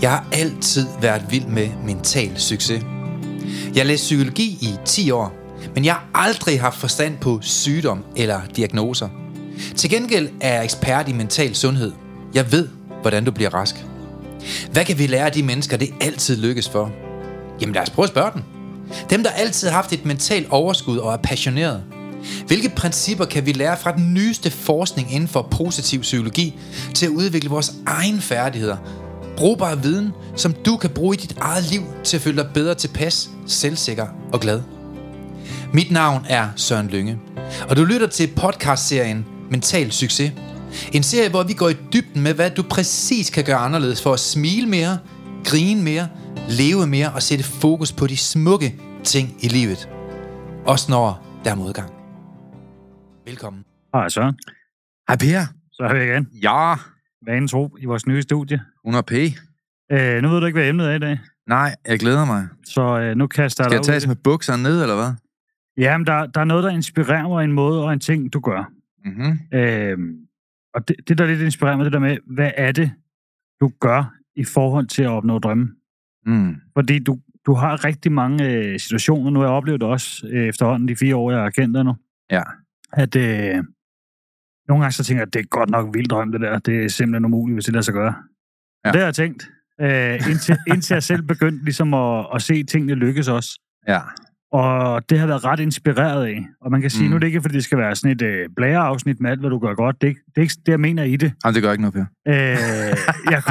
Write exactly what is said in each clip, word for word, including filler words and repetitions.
Jeg har altid været vild med mental succes. Jeg læste psykologi i ti år, men jeg har aldrig haft forstand på sygdom eller diagnoser. Til gengæld er jeg ekspert i mental sundhed. Jeg ved, hvordan du bliver rask. Hvad kan vi lære af de mennesker, det altid lykkes for? Jamen lad os prøve at spørge dem. Dem, der altid har haft et mentalt overskud og er passioneret. Hvilke principper kan vi lære fra den nyeste forskning inden for positiv psykologi til at udvikle vores egne færdigheder? Brugbar viden, som du kan bruge i dit eget liv til at føle dig bedre tilpas, selvsikker og glad. Mit navn er Søren Lynge, og du lytter til podcastserien Mental Succes. En serie, hvor vi går i dybden med, hvad du præcis kan gøre anderledes for at smile mere, grine mere, leve mere og sætte fokus på de smukke ting i livet. Også når der er modgang. Velkommen. Hej Søren. Hej Per. Så er vi igen. Ja. Vanen tro i vores nye studie. hundrede p. Øh, nu ved du ikke, hvad emnet er i dag. Nej, jeg glæder mig. Så øh, nu kaster jeg Skal jeg tages med bukserne ned, eller hvad? Jamen, der, der er noget, der inspirerer mig en måde og en ting, du gør. Mm-hmm. Øh, og det, det, der lidt inspirerer mig, det der med, hvad er det, du gør i forhold til at opnå drømme? Mm. Fordi du, du har rigtig mange øh, situationer. Nu har jeg oplevet det også øh, efterhånden de fire år, jeg har kendt dig nu. Ja. At øh, nogle gange så tænker jeg, at det er godt nok vildt drøm, det der. Det er simpelthen umuligt, hvis det lader sig gøre. Ja. Det har jeg tænkt. Øh, indtil, indtil jeg selv begyndte ligesom at, at se tingene lykkes også. Ja. Og det har været ret inspireret af. Og man kan sige, mm. nu er det ikke, fordi det skal være sådan et øh, blæreafsnit med alt, hvad du gør godt. Det er, ikke, det er ikke det, jeg mener i det. Jamen, det gør ikke noget, Per. Øh, jeg,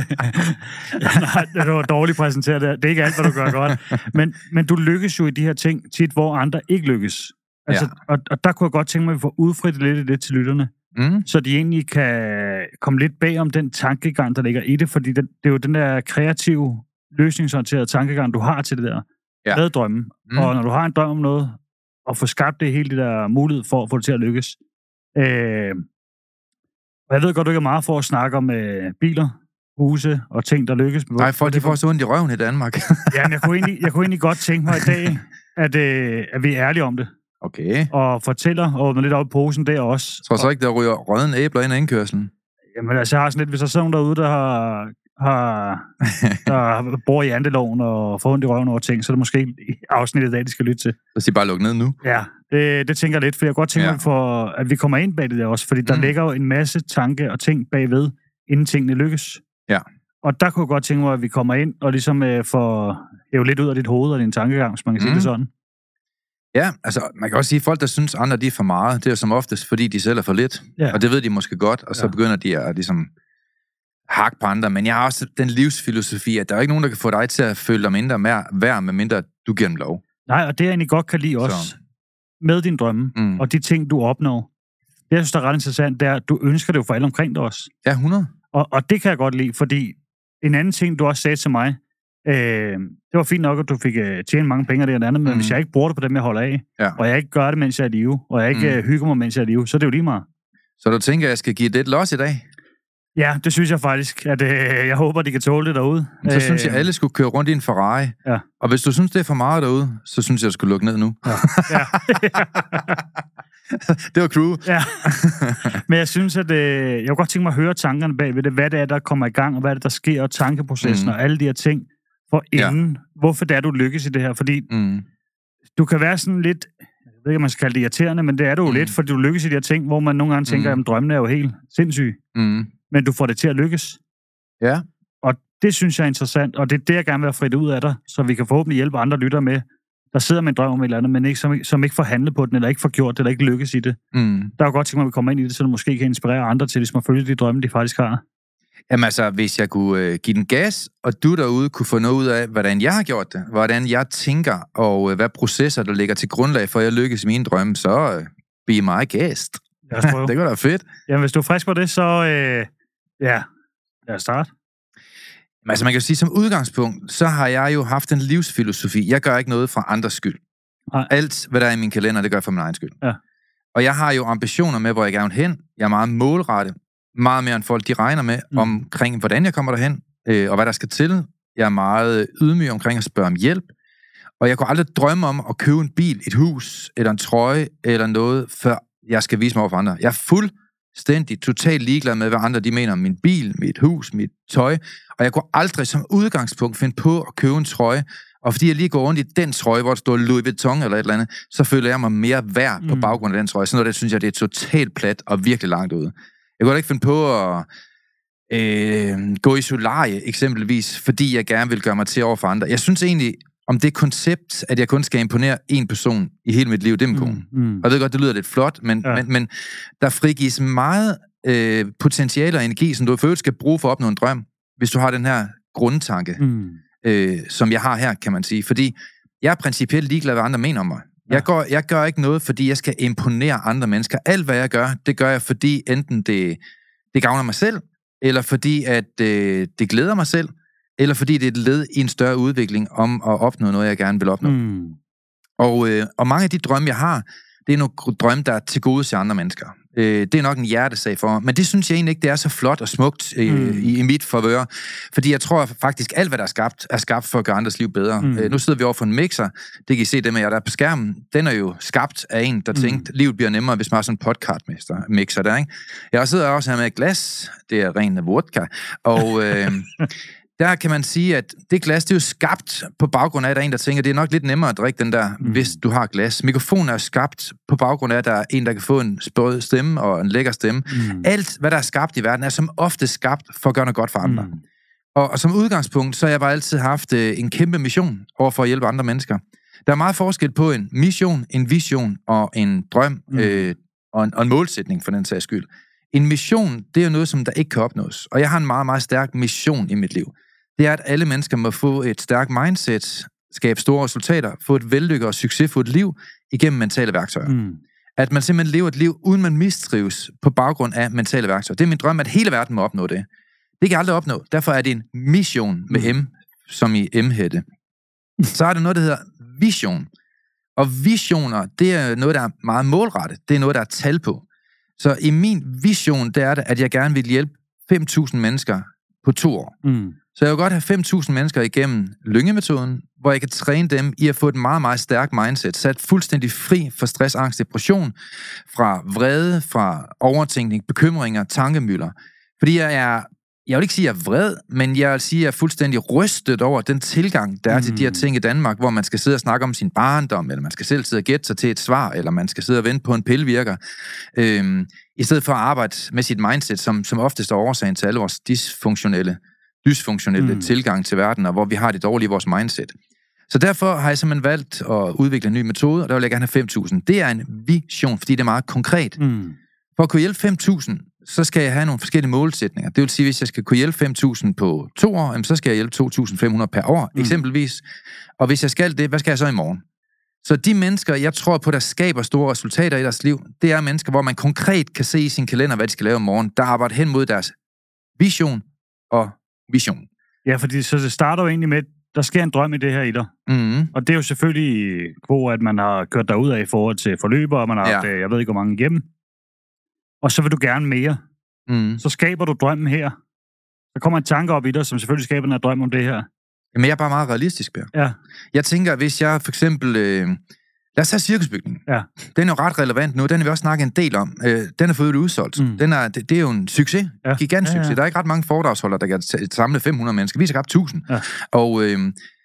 nej, det var dårligt præsenteret der. Det er ikke alt, hvad du gør godt. Men, men du lykkes jo i de her ting tit, hvor andre ikke lykkes. Altså, ja. og, og der kunne jeg godt tænke mig, at vi får udfrit lidt i det til lytterne. Mm. Så de egentlig kan komme lidt bag om den tankegang, der ligger i det. Fordi det, det er jo den der kreative, løsningsorienterede tankegang, du har til det der. Ja. Med drømmen. Mm. Og når du har en drøm om noget, og få skabt det hele det der mulighed for at få det til at lykkes. Øh, og jeg ved godt, du ikke er meget for at snakke om øh, biler, huse og ting, der lykkes. Nej, folk de får så ondt i røven i Danmark. Ja, men jeg kunne, egentlig, jeg kunne egentlig godt tænke mig i dag, at, øh, at vi er ærlige om det. Okay. Og fortæller, og åbner lidt op i posen der også. Jeg tror så ikke, der ryger rødden æbler ind ad indkørslen. Jamen altså, jeg har sådan lidt, hvis der er sådan derude, der har... har der bor i andeloven og får ondt i røven over ting, så er det måske afsnittet i dag, de skal lytte til. Så skal I bare lukke ned nu? Ja, det, det tænker jeg lidt, for jeg godt tænker, ja. for, at vi kommer ind bag det der også, fordi der mm. ligger jo en masse tanke og ting bagved, inden tingene lykkes. Ja. Og der kunne jeg godt tænke mig, at vi kommer ind og ligesom uh, får hævet lidt ud af dit hoved og din tankegang, hvis man kan mm. sige det sådan. Ja, altså man kan også sige, at folk, der synes, andre de er for meget, det er som oftest, fordi de selv er for lidt. Ja. Og det ved de måske godt, og så ja. begynder de at ligesom hak på andre, men jeg har også den livsfilosofi, at der er ikke nogen, der kan få dig til at føle dig mindre værd, med mindre du giver dem lov. Nej, og det jeg egentlig godt kan lide også, så. med din drømme, mm. og de ting, du opnår, det jeg synes, der er ret interessant, det er, at du ønsker det jo for alle omkring dig også. Ja, hundrede. Og, og det kan jeg godt lide, fordi en anden ting, du også sagde til mig, øh, det var fint nok, at du fik øh, tjene mange penge og det og det andet, men mm. hvis jeg ikke bruger det på dem, jeg holder af, ja. og jeg ikke gør det, mens jeg er i live, og jeg ikke mm. hygger mig, mens jeg er i live, så er det jo lige meget. Så du tænker, at jeg skal give det et los i dag? Ja, det synes jeg faktisk, at øh, jeg håber, de kan tåle det derude. Så øh, synes jeg, at alle skulle køre rundt i en Ferrari. Ja. Og hvis du synes, det er for meget derude, så synes jeg, at du skulle lukke ned nu. Ja. Ja. Det var crew. Ja. Men jeg synes, at øh, jeg kunne godt tænke mig at høre tankerne bag ved det. Hvad det er, der kommer i gang, og hvad det er, der sker, og tankeprocessen, mm. og alle de her ting. For inden, ja. hvorfor det er, du lykkes i det her. Fordi mm. du kan være sådan lidt, jeg ved ikke, om man skal kalde det irriterende, men det er du jo mm. lidt, fordi du lykkes i de her ting, hvor man nogle gange tænker, mm. at drømmene er jo helt sindssyge. Mm. Men du får det til at lykkes. Ja. Og det synes jeg er interessant, og det er det, jeg gerne vil have frit ud af dig, så vi kan forhåbentlig hjælpe andre lyttere med, der sidder med en drøm om et eller andet, men ikke, som, som ikke får handlet på den, eller ikke får gjort det, eller ikke lykkes i det. Mm. Der er jo godt tænkt mig, at vi kommer ind i det, så du måske kan inspirere andre til, ligesom at følge de drømme, de faktisk har. Jamen altså, hvis jeg kunne øh, give den gas, og du derude kunne få noget ud af, hvordan jeg har gjort det, hvordan jeg tænker, og øh, hvad processer, der ligger til grundlag for, at jeg lykkes i mine drømme, så øh, be my guest. Det kunne da være fedt. Jamen, hvis du er frisk på det, så øh, ja, lad os starte. Men altså, man kan jo sige, som udgangspunkt, så har jeg jo haft en livsfilosofi. Jeg gør ikke noget for andres skyld. Nej. Alt, hvad der er i min kalender, det gør jeg for min egen skyld. Ja. Og jeg har jo ambitioner med, hvor jeg gerne vil hen. Jeg er meget målrettet. Meget mere end folk, de regner med, mm. omkring, hvordan jeg kommer derhen, øh, og hvad der skal til. Jeg er meget ydmyg omkring at spørge om hjælp. Og jeg kunne aldrig drømme om at købe en bil, et hus, eller en trøje, eller noget, før jeg skal vise mig over for andre. Jeg er fuld fuldstændig, totalt ligeglad med, hvad andre de mener om min bil, mit hus, mit tøj. Og jeg kunne aldrig som udgangspunkt finde på at købe en trøje. Og fordi jeg lige går rundt i den trøje, hvor der står Louis Vuitton eller et eller andet, så føler jeg mig mere værd på baggrund af den trøje. Sådan noget, det synes jeg, det er totalt plat og virkelig langt ude. Jeg kunne ikke finde på at øh, gå i solarie, eksempelvis, fordi jeg gerne vil gøre mig til over for andre. Jeg synes egentlig, om det koncept, at jeg kun skal imponere en person i hele mit liv, det er min kone. Mm, mm. Og jeg ved godt, det lyder lidt flot, men, ja. men, men der frigives meget øh, potentiale og energi, som du for øvrigt skal bruge for at opnå en drøm, hvis du har den her grundtanke, mm. øh, som jeg har her, kan man sige. Fordi jeg er principielt ligeglad, hvad andre mener om mig. Ja. Jeg, går, jeg gør ikke noget, fordi jeg skal imponere andre mennesker. Alt, hvad jeg gør, det gør jeg, fordi enten det, det gavner mig selv, eller fordi at, øh, det glæder mig selv, eller fordi det er et led i en større udvikling om at opnå noget, jeg gerne vil opnå. Mm. Og, øh, og mange af de drømme, jeg har, det er nogle drømme, der er til gode til andre mennesker. Øh, det er nok en hjertesag for mig, men det synes jeg egentlig ikke, det er så flot og smukt øh, mm. i, i mit favør, fordi jeg tror faktisk, alt hvad der er skabt, er skabt for at gøre andres liv bedre. Mm. Øh, nu sidder vi over for en mixer, det kan I se, det med jer der er på skærmen, den er jo skabt af en, der mm. tænkte, livet bliver nemmere, hvis man har sådan en podcast-mixer der, ikke? Jeg sidder også her med et glas, det er ren vodka, og... Øh, der kan man sige, at det glas, det er jo skabt på baggrund af, at der er en, der tænker, det er nok lidt nemmere at drikke den der, mm. hvis du har glas. Mikrofonen er skabt på baggrund af, at der er en, der kan få en sprød stemme og en lækker stemme. Mm. Alt, hvad der er skabt i verden, er som ofte skabt for at gøre noget godt for andre. Mm. Og, og som udgangspunkt, så har jeg bare altid haft øh, en kæmpe mission over for at hjælpe andre mennesker. Der er meget forskel på en mission, en vision og en drøm mm. øh, og, en, og en målsætning for den sags skyld. En mission, det er jo noget, som der ikke kan opnås. Og jeg har en meget, meget stærk mission i mit liv. Det er, at alle mennesker må få et stærkt mindset, skabe store resultater, få et vellykket og succesfuldt liv igennem mentale værktøjer. Mm. At man simpelthen lever et liv, uden man mistrives på baggrund af mentale værktøjer. Det er min drøm, at hele verden må opnå det. Det kan jeg aldrig opnå. Derfor er det en mission med M, som i M-hætte. Så er det noget, der hedder vision. Og visioner, det er noget, der er meget målrettet. Det er noget, der er tal på. Så i min vision, det er det, at jeg gerne vil hjælpe fem tusind mennesker på to år. Mm. Så jeg vil godt have fem tusind mennesker igennem Lynge-metoden, hvor jeg kan træne dem i at få et meget, meget stærkt mindset, sat fuldstændig fri for stress, angst, depression, fra vrede, fra overtænkning, bekymringer, tankemylder. Fordi jeg er, jeg vil ikke sige, at jeg er vred, men jeg vil sige, at jeg er fuldstændig rystet over den tilgang, der er til mm. de her ting i Danmark, hvor man skal sidde og snakke om sin barndom, eller man skal selv sidde og gætte sig til et svar, eller man skal sidde og vente på en pillevirker, øhm, i stedet for at arbejde med sit mindset, som, som oftest er årsagen til alle vores dysfunktionelle dysfunktionelle mm. tilgang til verden, og hvor vi har det dårlige i vores mindset. Så derfor har jeg simpelthen valgt at udvikle en ny metode, og der vil jeg gerne have fem tusind. Det er en vision, fordi det er meget konkret. Mm. For at kunne hjælpe fem tusind, så skal jeg have nogle forskellige målsætninger. Det vil sige, hvis jeg skal kunne hjælpe fem tusind på to år, så skal jeg hjælpe to tusind fem hundrede per år, mm. eksempelvis. Og hvis jeg skal det, hvad skal jeg så i morgen? Så de mennesker, jeg tror på, der skaber store resultater i deres liv, det er mennesker, hvor man konkret kan se i sin kalender, hvad de skal lave om morgenen, der arbejder hen mod deres vision og vision. Ja, fordi så det starter jo egentlig med, der sker en drøm i det her i dig. Mm-hmm. Og det er jo selvfølgelig hvor at man har kørt derud af i forhold til forløber, og man har ja. haft, jeg ved ikke, hvor mange igennem. Og så vil du gerne mere. Mm. Så skaber du drømmen her. Der kommer en tanke op i dig, som selvfølgelig skaber en drøm om det her. Men jeg er bare meget realistisk, Per. Ja. Jeg tænker, hvis jeg for eksempel... Øh, lad os tage cirkusbygningen. Ja. Den er jo ret relevant nu. Den har vi også snakket en del om. Øh, den er fået udsolgt. Mm. Den er, det, det er jo en succes. Ja. Gigant succes. Ja, ja. Der er ikke ret mange foredragsholdere, der kan samle fem hundrede mennesker. Vi har skabt tusind. Ja. Og øh,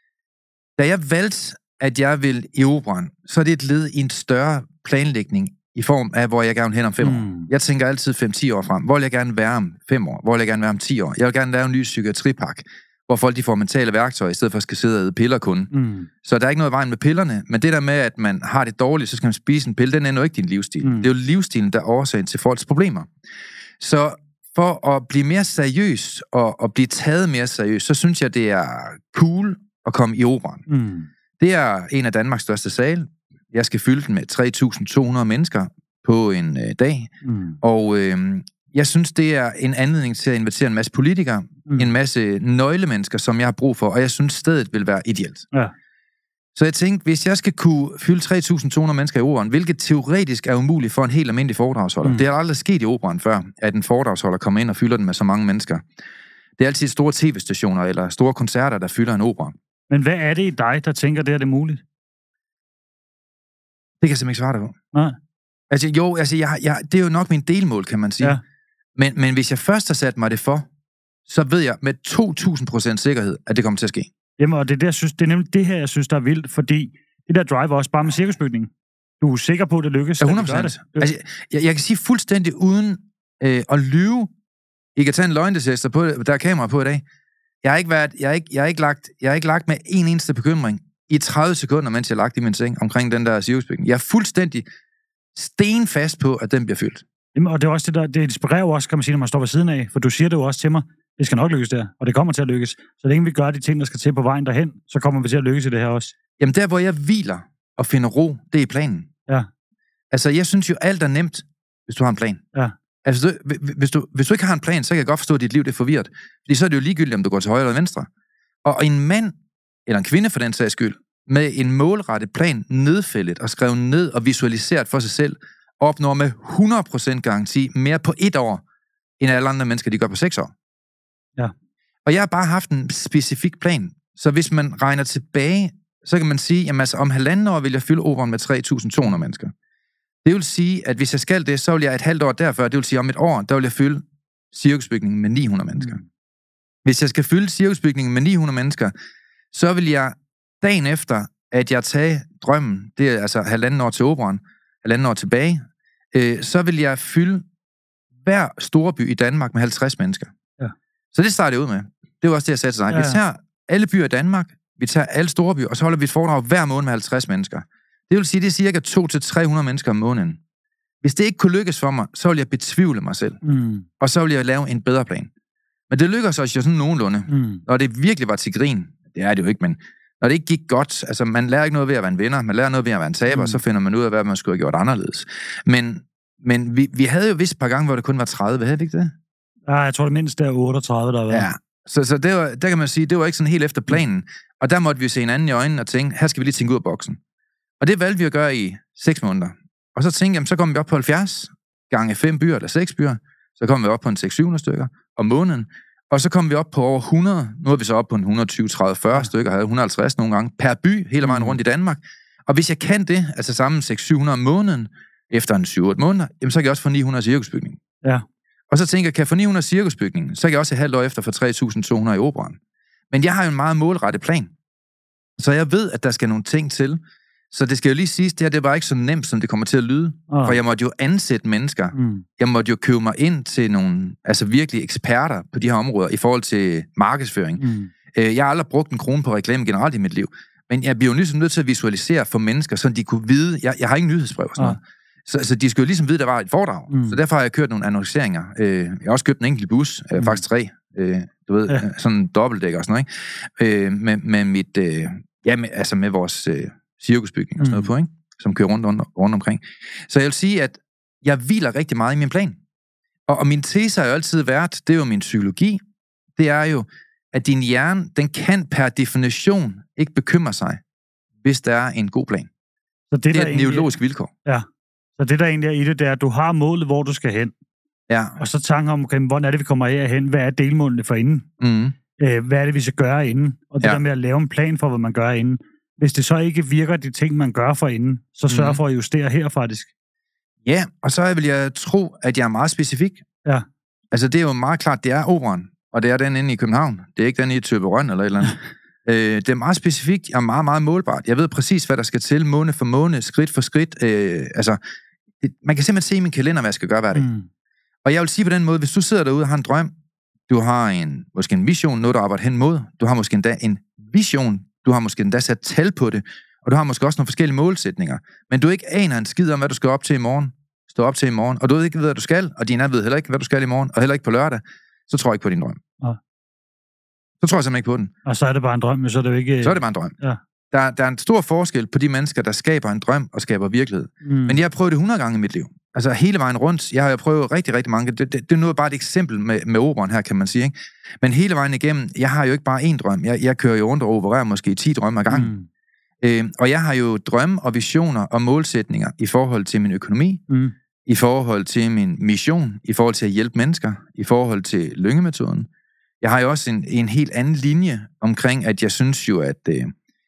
da jeg valgte, at jeg vil i operan, så er det et led i en større planlægning i form af, hvor jeg gerne vil hen om fem mm. år. Jeg tænker altid fem til ti år frem. Hvor vil jeg gerne være om fem år? Hvor vil jeg gerne være om ti år? Jeg vil gerne lave en ny psykiatripakke, hvor folk de får mentale værktøjer, i stedet for at skal sidde og æde piller kun. Mm. Så der er ikke noget i vejen med pillerne, men det der med, at man har det dårligt, så skal man spise en pille, den er jo ikke din livsstil. Mm. Det er jo livsstilen, der er årsagen til folks problemer. Så for at blive mere seriøs, og, og blive taget mere seriøs, så synes jeg, det er cool at komme i operan. Mm. Det er en af Danmarks største sale. Jeg skal fylde den med tre tusind to hundrede mennesker på en øh, dag. Mm. Og øh, jeg synes, det er en anledning til at invitere en masse politikere, mm. en masse nøglemennesker, som jeg har brug for, og jeg synes, stedet vil være ideelt. Ja. Så jeg tænkte, hvis jeg skal kunne fylde tre tusind to hundrede mennesker i operan, hvilket teoretisk er umuligt for en helt almindelig foredragsholder. Mm. Det har aldrig sket i operan før, at en foredragsholder kommer ind og fylder den med så mange mennesker. Det er altid store tv-stationer eller store koncerter, der fylder en opera. Men hvad er det i dig, der tænker, det er det muligt? Det kan jeg simpelthen ikke svare dig på. Nej. Altså jo, altså, jeg, jeg, det er jo nok min delmål, kan man sige. Ja. Men, men hvis jeg først har sat mig det for, så ved jeg med to tusind procent sikkerhed, at det kommer til at ske. Jamen, og det er, det, jeg synes, det er nemlig det her, jeg synes, der er vildt, fordi det der driver også bare med cirkusbygningen. Du er sikker på, at det lykkes? Ja, hundrede procent. Det. Altså, jeg, jeg kan sige fuldstændig uden øh, at lyve. I kan tage en løgndetester på det, der er kamera på i dag. Jeg har ikke været, jeg har ikke, jeg har ikke lagt, jeg har ikke lagt med en eneste bekymring i tredive sekunder, mens jeg har lagt i min seng omkring den der cirkusbygning. Jeg er fuldstændig stenfast på, at den bliver fyldt. Jamen, og det er også det der, det inspirerer også, kan man sige, når man står ved siden af, for du siger det jo også til mig, det skal nok lykkes der, og det kommer til at lykkes. Så længe vi gør de ting, der skal til på vejen derhen, så kommer vi til at lykkes i det her også. Jamen, der hvor jeg hviler og finder ro, det er i planen. Ja. Altså, jeg synes jo, alt er nemt, hvis du har en plan. Ja. Altså, hvis du, hvis du ikke har en plan, så kan jeg godt forstå, at dit liv det er forvirret. Fordi så er det jo ligegyldigt, om du går til højre eller venstre. Og en mand, eller en kvinde for den sags skyld, med en målrettet plan nedfældet og skrevet ned og visualiseret for sig selv, opnår med hundrede procent garanti mere på et år, end alle andre mennesker, de gør på seks år. Ja. Og jeg har bare haft en specifik plan. Så hvis man regner tilbage, så kan man sige, jamen altså, om halvanden år vil jeg fylde operen med tre tusind to hundrede mennesker. Det vil sige, at hvis jeg skal det, så vil jeg et halvt år derfør, det vil sige om et år, der vil jeg fylde cirkusbygningen med ni hundrede mennesker. Mm. Hvis jeg skal fylde cirkusbygningen med ni hundrede mennesker, så vil jeg dagen efter, at jeg tager drømmen, det er altså halvanden år til operen, halvanden år tilbage, øh, så vil jeg fylde hver storby i Danmark med halvtreds mennesker. Ja. Så det starter jeg ud med. Det var også det, jeg sagde til dig. Ja, ja. Vi tager alle byer i Danmark, vi tager alle store byer, og så holder vi et foredrag hver måned med halvtreds mennesker. Det vil sige, det er cirka to hundrede til tre hundrede mennesker om måneden. Hvis det ikke kunne lykkes for mig, så vil jeg betvivle mig selv. Mm. Og så vil jeg lave en bedre plan. Men det lykkedes også jo sådan nogenlunde. Mm. Når det virkelig var til grin, det er det jo ikke, men når det ikke gik godt, altså man lærer ikke noget ved at være en vinder, man lærer noget ved at være en taber, mm. så finder man ud af, hvad man skulle have gjort anderledes. Men, men vi, vi havde jo vist et par gange, hvor det kun var tredive, havde vi ikke det? Ja, jeg tror det mindst er otteogtredive, der har været. Ja, så, så det var, der kan man sige, det var ikke sådan helt efter planen. Og der måtte vi se en anden i øjnene og tænke, her skal vi lige tænke ud af boksen. Og det valgte vi at gøre i seks måneder. Og så tænkte jeg, så kommer vi op på halvfjerds gange fem byer eller seks byer. Så kommer vi op på en seks til syv hundrede stykker om måneden. Og så kom vi op på over hundrede. Nu er vi så op på en et hundrede og tyve, tredive, fyrre stykker, havde et hundrede og halvtreds nogle gange per by, hele vejen rundt i Danmark. Og hvis jeg kan det, altså sammen seks til syv hundrede om måneden, efter en syv otte måneder, jamen så kan jeg også få ni hundrede cirkusbygning. Ja. Og så tænker jeg, kan jeg få ni hundrede cirkusbygning, så kan jeg også et halvt år efter få tre tusind to hundrede i operaen. Men jeg har jo en meget målrettet plan. Så jeg ved, at der skal nogle ting til. Så det skal jo lige siges, det her, det var ikke så nemt, som det kommer til at lyde. Oh. For jeg måtte jo ansætte mennesker. Mm. Jeg måtte jo købe mig ind til nogle, altså virkelig eksperter på de her områder, i forhold til markedsføring. Mm. Jeg har aldrig brugt en krone på reklame generelt i mit liv. Men jeg bliver jo ligesom nødt til at visualisere for mennesker, så de kunne vide, jeg, jeg har ikke nyhedsbrev og sådan noget. Oh. Så, så de skulle jo ligesom vide, der var et foredrag. Mm. Så derfor har jeg kørt nogle annonceringer. Jeg har også købt en enkelt bus, mm. faktisk tre, du ved, ja. Sådan en dobbeltdækker og sådan noget, ikke? Med, med mit, ja, med, altså med vores cirkusbygning og sådan noget mm. på, ikke? Som kører rundt, rundt, rundt omkring. Så jeg vil sige, at jeg hviler rigtig meget i min plan. Og, og min tese har jo altid været, det er jo min psykologi, det er jo, at din hjerne, den kan per definition ikke bekymre sig, hvis der er en god plan. Så det, det er et neurologisk vilkår. Ja. Så det, der egentlig er i det, det er, at du har målet, hvor du skal hen. Ja. Og så tanker om, okay, hvordan er det, vi kommer herhen? Hvad er delmålene for inden? Mm. Øh, hvad er det, vi skal gøre inden? Og det ja. Der med at lave en plan for, hvad man gør inden. Hvis det så ikke virker, de ting, man gør for inden, så sørg mm. for at justere her, faktisk. Ja, og så vil jeg tro, at jeg er meget specifik. Ja. Altså, det er jo meget klart, det er operaen, og det er den inde i København. Det er ikke den i Tøberøn eller et eller andet. øh, det er meget specifikt og meget, meget målbart. Jeg ved præcis, hvad der skal til, måned for måned, skridt for skridt. Øh, altså, det, man kan simpelthen se i min kalender, hvad jeg skal gøre hver dag. Mm. Og jeg vil sige på den måde, hvis du sidder derude og har en drøm, du har en, måske en mission, noget du arbejder hen mod, du har måske endda en vision, du har måske endda sat tal på det, og du har måske også nogle forskellige målsætninger, men du ikke aner en skid om, hvad du skal op til i morgen, stå op til i morgen, og du ved ikke, hvad du skal, og dine ved heller ikke, hvad du skal i morgen, og heller ikke på lørdag, så tror jeg ikke på din drøm. Ja. Så tror jeg simpelthen ikke på den. Og så er det bare en drøm, men så er det jo ikke... Så er det bare en drøm. Ja. Der, der er en stor forskel på de mennesker, der skaber en drøm og skaber virkelighed. Mm. Men jeg har prøvet det hundrede gange i mit liv. Altså hele vejen rundt. Jeg har jo prøvet rigtig, rigtig mange. Det, det, det er nu bare et eksempel med, med operen her, kan man sige. Ikke? Men hele vejen igennem, jeg har jo ikke bare én drøm. Jeg, jeg kører jo rundt og opererer måske i ti drømme ad gangen. Mm. Øh, og jeg har jo drømme og visioner og målsætninger i forhold til min økonomi, mm. i forhold til min mission, i forhold til at hjælpe mennesker, i forhold til lyngemetoden. Jeg har jo også en, en helt anden linje omkring, at jeg synes jo, at, øh,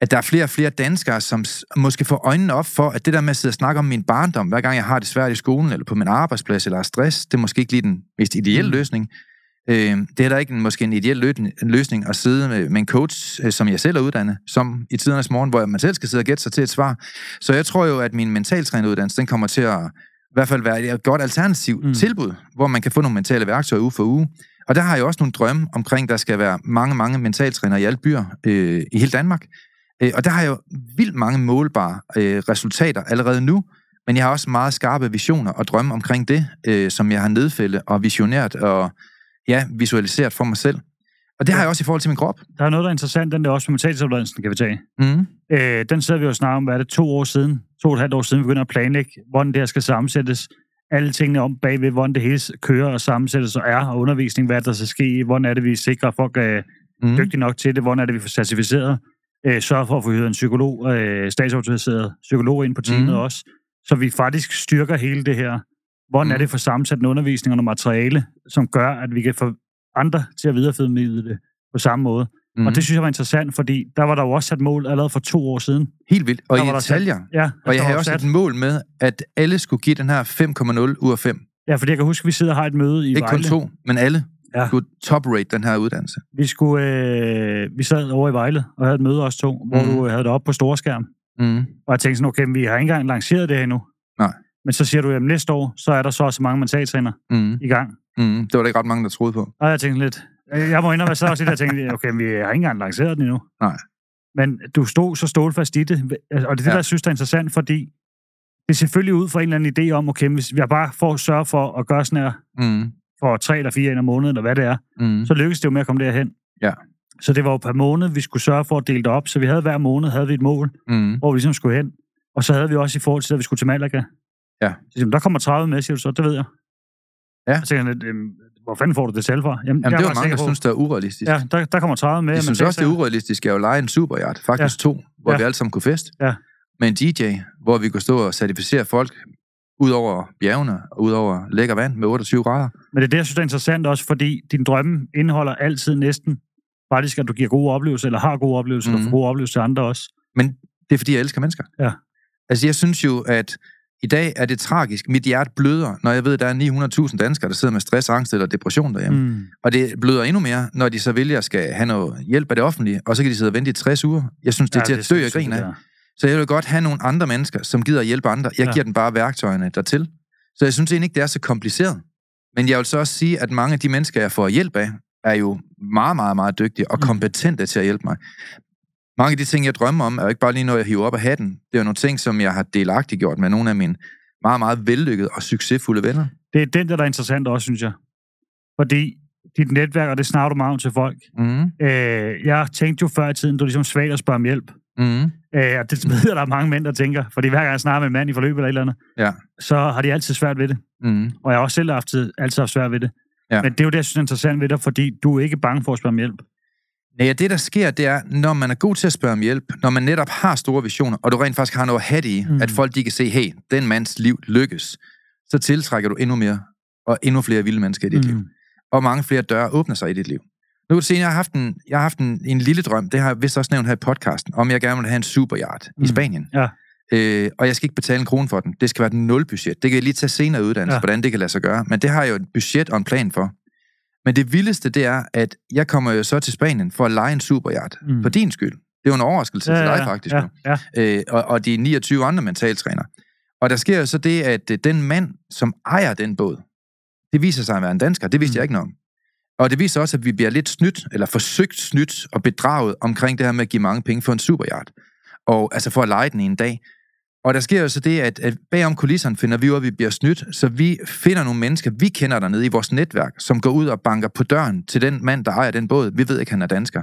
at der er flere og flere danskere, som måske får øjnene op for, at det der med at sidde og snakke om min barndom, hver gang jeg har det svært i skolen, eller på min arbejdsplads, eller er stress, det er måske ikke lige den mest ideelle mm. løsning. Øh, det er da ikke en, måske en ideel løsning at sidde med, med en coach, øh, som jeg selv er uddannet, som i tidernes morgen, hvor man selv skal sidde og gætte sig til et svar. Så jeg tror jo, at min mentaltræneruddannelse, den kommer til at i hvert fald være et godt alternativt mm. tilbud, hvor man kan få nogle mentale værktøjer uge for uge. Og der har jeg også nogle drømme omkring, der skal være mange, mange mentaltrænere i alle byer øh, i hele Danmark. Øh, og der har jeg jo vildt mange målbare øh, resultater allerede nu, men jeg har også meget skarpe visioner og drømme omkring det, øh, som jeg har nedfældet og visioneret og ja, visualiseret for mig selv. Og det har jeg også i forhold til min krop. Der er noget, der er interessant, den der også på mentaltræneruddannelsen, kan vi tage. Mm. Øh, den sidder vi jo snart om, hvad er det, to år siden, to og et halvt år siden, vi begynder at planlægge, hvordan det her skal sammensættes. Alle tingene om bagved, hvordan det hele kører og sammensættes og er, og undervisning, hvad der skal ske, hvordan er det, vi sikrer, at folk er mm. dygtige nok til det, hvordan er det, vi får certificeret, øh, sørger for at få hyret en psykolog, øh, statsautoriseret psykolog ind på teamet mm. også, så vi faktisk styrker hele det her. Hvordan mm. er det for sammensat en undervisning og noget materiale, som gør, at vi kan få andre til at videreformidle det på samme måde. Mm. Og det synes jeg var interessant, fordi der var der jo også sat mål allerede for to år siden. Helt vildt. Og der i detaljer. Sat, ja, og jeg har også sat et mål med, at alle skulle give den her fem komma nul ud af fem. Ja, fordi jeg kan huske, at vi sidder og har et møde i Ikke Vejle. Ikke kun to, men alle ja. skulle top-rate den her uddannelse. Vi skulle, øh, vi sad over i Vejle og havde et møde også to, hvor mm. du havde det op på storskærm. Mm. Og jeg tænkte sådan, okay, vi har ikke engang lanceret det her endnu. Nej. Men så siger du, at næste år, så er der så også mange mentaltræner mm. i gang. Mm. Det var der ikke ret mange, der troede på. Og jeg tænkte lidt, jeg må indrømme, at jeg sad også lidt og tænkte, okay, vi har ikke engang lanceret den endnu. Nej. Men du stod så stålfast i det, og det er det, ja. der jeg synes, der er interessant, fordi det er selvfølgelig ud fra en eller anden idé om, okay, hvis jeg bare får sørge for at gøre sådan her, mm. for tre eller fire en måned, eller hvad det er, mm. så lykkes det jo med at komme derhen. Ja. Så det var jo per måned, vi skulle sørge for at dele det op, så vi havde hver måned havde vi et mål, mm. hvor vi ligesom skulle hen. Og så havde vi også i forhold til, at vi skulle til Malaga. Ja. Så, der kommer tredive med, siger du så, det ved jeg. Ja. Så tænker jeg lidt, hvor fanden får du det selv fra? Jamen, Jamen det var mange, der synes, det er urealistisk. Ja, der, der kommer tredive med. Jeg synes også, det er urealistisk. Jeg jo lege en superyacht, faktisk ja. to, hvor ja. vi alle sammen kunne feste. Ja. Med en D J, hvor vi kunne stå og certificere folk ud over bjergene og ud over lækker vand med otteogtyve grader. Men det er det, jeg synes, det er interessant også, fordi din drømme indeholder altid næsten faktisk, at du giver gode oplevelser, eller har gode oplevelser, mm. eller får gode oplevelser til andre også. Men det er, fordi jeg elsker mennesker. Ja. Altså, jeg synes jo, at i dag er det tragisk. Mit hjerte bløder, når jeg ved, at der er ni hundrede tusind danskere, der sidder med stress, angst eller depression derhjemme. Mm. Og det bløder endnu mere, når de så vælger at skal have noget hjælp af det offentlige, og så kan de sidde og vente i tres uger. Jeg synes, det er ja, til at dø og grine af. Så jeg vil godt have nogle andre mennesker, som gider at hjælpe andre. Jeg ja. giver dem bare værktøjerne dertil. Så jeg synes egentlig ikke, det er så kompliceret. Men jeg vil så også sige, at mange af de mennesker, jeg får hjælp af, er jo meget, meget, meget dygtige og kompetente til at hjælpe mig. Mange af de ting, jeg drømmer om, er jo ikke bare lige noget, jeg hiver op af hatten. Det er jo nogle ting, som jeg har delagtigt gjort med nogle af mine meget, meget vellykkede og succesfulde venner. Det er den, der er interessant også, synes jeg. Fordi dit netværk, og det snakker du meget om til folk. Mm. Øh, jeg tænkte jo før i tiden, du er ligesom svagt at spørge om hjælp. Mm. Øh, og det ved jeg, der er mange mænd, der tænker. Fordi hver gang jeg snakker med en mand i forløbet eller et eller andet, ja. så har de altid svært ved det. Mm. Og jeg har også selv haft, altid haft svært ved det. Ja. Men det er jo det, jeg synes er interessant ved dig, fordi du er ikke bange for at spørge om hjælp. Nej, det der sker, det er, når man er god til at spørge om hjælp, når man netop har store visioner, og du rent faktisk har noget at have det i, mm. at folk de kan se, hey, den mands liv lykkes, så tiltrækker du endnu mere, og endnu flere vilde mennesker i dit mm. liv. Og mange flere døre åbner sig i dit liv. Nu kan du se, jeg har haft en, jeg har haft en, en lille drøm, det har jeg vist også nævnt her i podcasten, om jeg gerne vil have en superyacht mm. i Spanien. Ja. Øh, og jeg skal ikke betale en krone for den. Det skal være et nul-budget. Det kan jeg lige tage senere uddannelse, ja. hvordan det kan lade sig gøre. Men det har jeg jo et budget og en plan for. Men det vildeste, det er, at jeg kommer jo så til Spanien for at lege en superyacht. Mm. For din skyld. Det er jo en overraskelse ja, til dig, faktisk. Ja, ja. Øh, og, og de niogtyve andre mentaltrænere. Og der sker jo så det, at den mand, som ejer den båd, det viser sig at være en dansker. Det vidste mm. jeg ikke noget om. Og det viser også, at vi bliver lidt snydt, eller forsøgt snydt og bedraget omkring det her med at give mange penge for en superyacht. Og altså for at lege den i en dag. Og der sker jo så det, at, at bagom kulisserne finder vi jo, at vi bliver snydt, så vi finder nogle mennesker, vi kender dernede i vores netværk, som går ud og banker på døren til den mand, der ejer den båd. Vi ved ikke, han er dansker.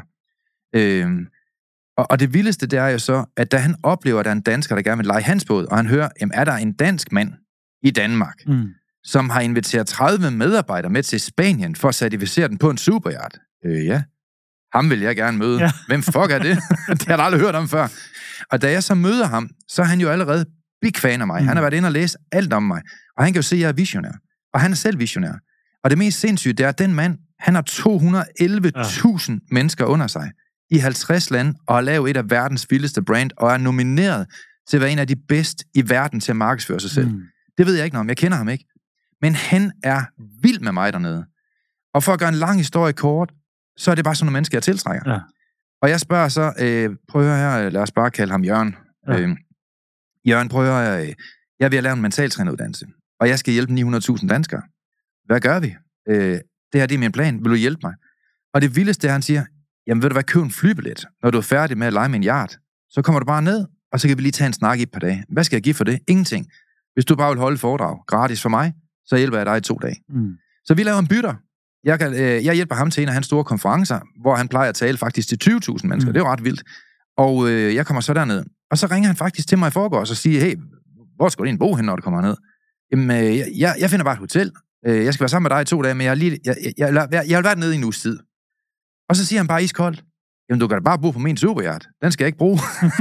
Øhm, og, og det vildeste, det er jo så, at da han oplever, at der er en dansker, der gerne vil lege hans båd, og han hører, jamen er der en dansk mand i Danmark, mm. som har inviteret tredive medarbejdere med til Spanien for at certificere den på en superyacht? Øh, ja. Ham vil jeg gerne møde. Ja. Hvem fuck er det? Det har jeg aldrig hørt om før. Og da jeg så møder ham, så er han jo allerede big fan af mig. Mm. Han har været inde og læse alt om mig. Og han kan jo se, at jeg er visionær. Og han er selv visionær. Og det mest sindssyge, det er, at den mand, han har to hundrede og elleve tusind ja. mennesker under sig i halvtreds lande og har lavet et af verdens vildeste brand, og er nomineret til at være en af de bedste i verden til at markedsføre sig selv. Mm. Det ved jeg ikke noget om. Jeg kender ham ikke. Men han er vild med mig dernede. Og for at gøre en lang historie kort, så er det bare sådan nogle mennesker, jeg tiltrækker. Ja. Og jeg spørger så, øh, prøv at høre her, lad os bare kalde ham Jørgen. Ja. Øh, Jørgen, prøv at høre, øh, jeg er ved at lave en mentaltræneruddannelse, og jeg skal hjælpe ni hundrede tusind danskere. Hvad gør vi? Øh, det her, det er min plan. Vil du hjælpe mig? Og det vildeste er, han siger, jamen ved du hvad, køb en flybillet. Når du er færdig med at lege med en yard, så kommer du bare ned, og så kan vi lige tage en snak i et par dage. Hvad skal jeg give for det? Ingenting. Hvis du bare vil holde foredrag gratis for mig, så hjælper jeg dig i to dage. Mm. Så vi laver en bytter. Jeg, kan, øh, jeg hjælper ham til en af hans store konferencer, hvor han plejer at tale faktisk til tyve tusind mennesker. Mm. Det er jo ret vildt. Og øh, jeg kommer så derned. Og så ringer han faktisk til mig i forgårs og siger, hey, hvor skal du egentlig bo hen, når du kommer ned? Jamen, øh, jeg, jeg finder bare et hotel. Øh, jeg skal være sammen med dig i to dage, men jeg, lige, jeg, jeg, jeg, jeg, jeg vil være nede i en uges tid. Og så siger han bare iskoldt, jamen du kan da bare bo på min superyacht. Den skal jeg ikke bruge.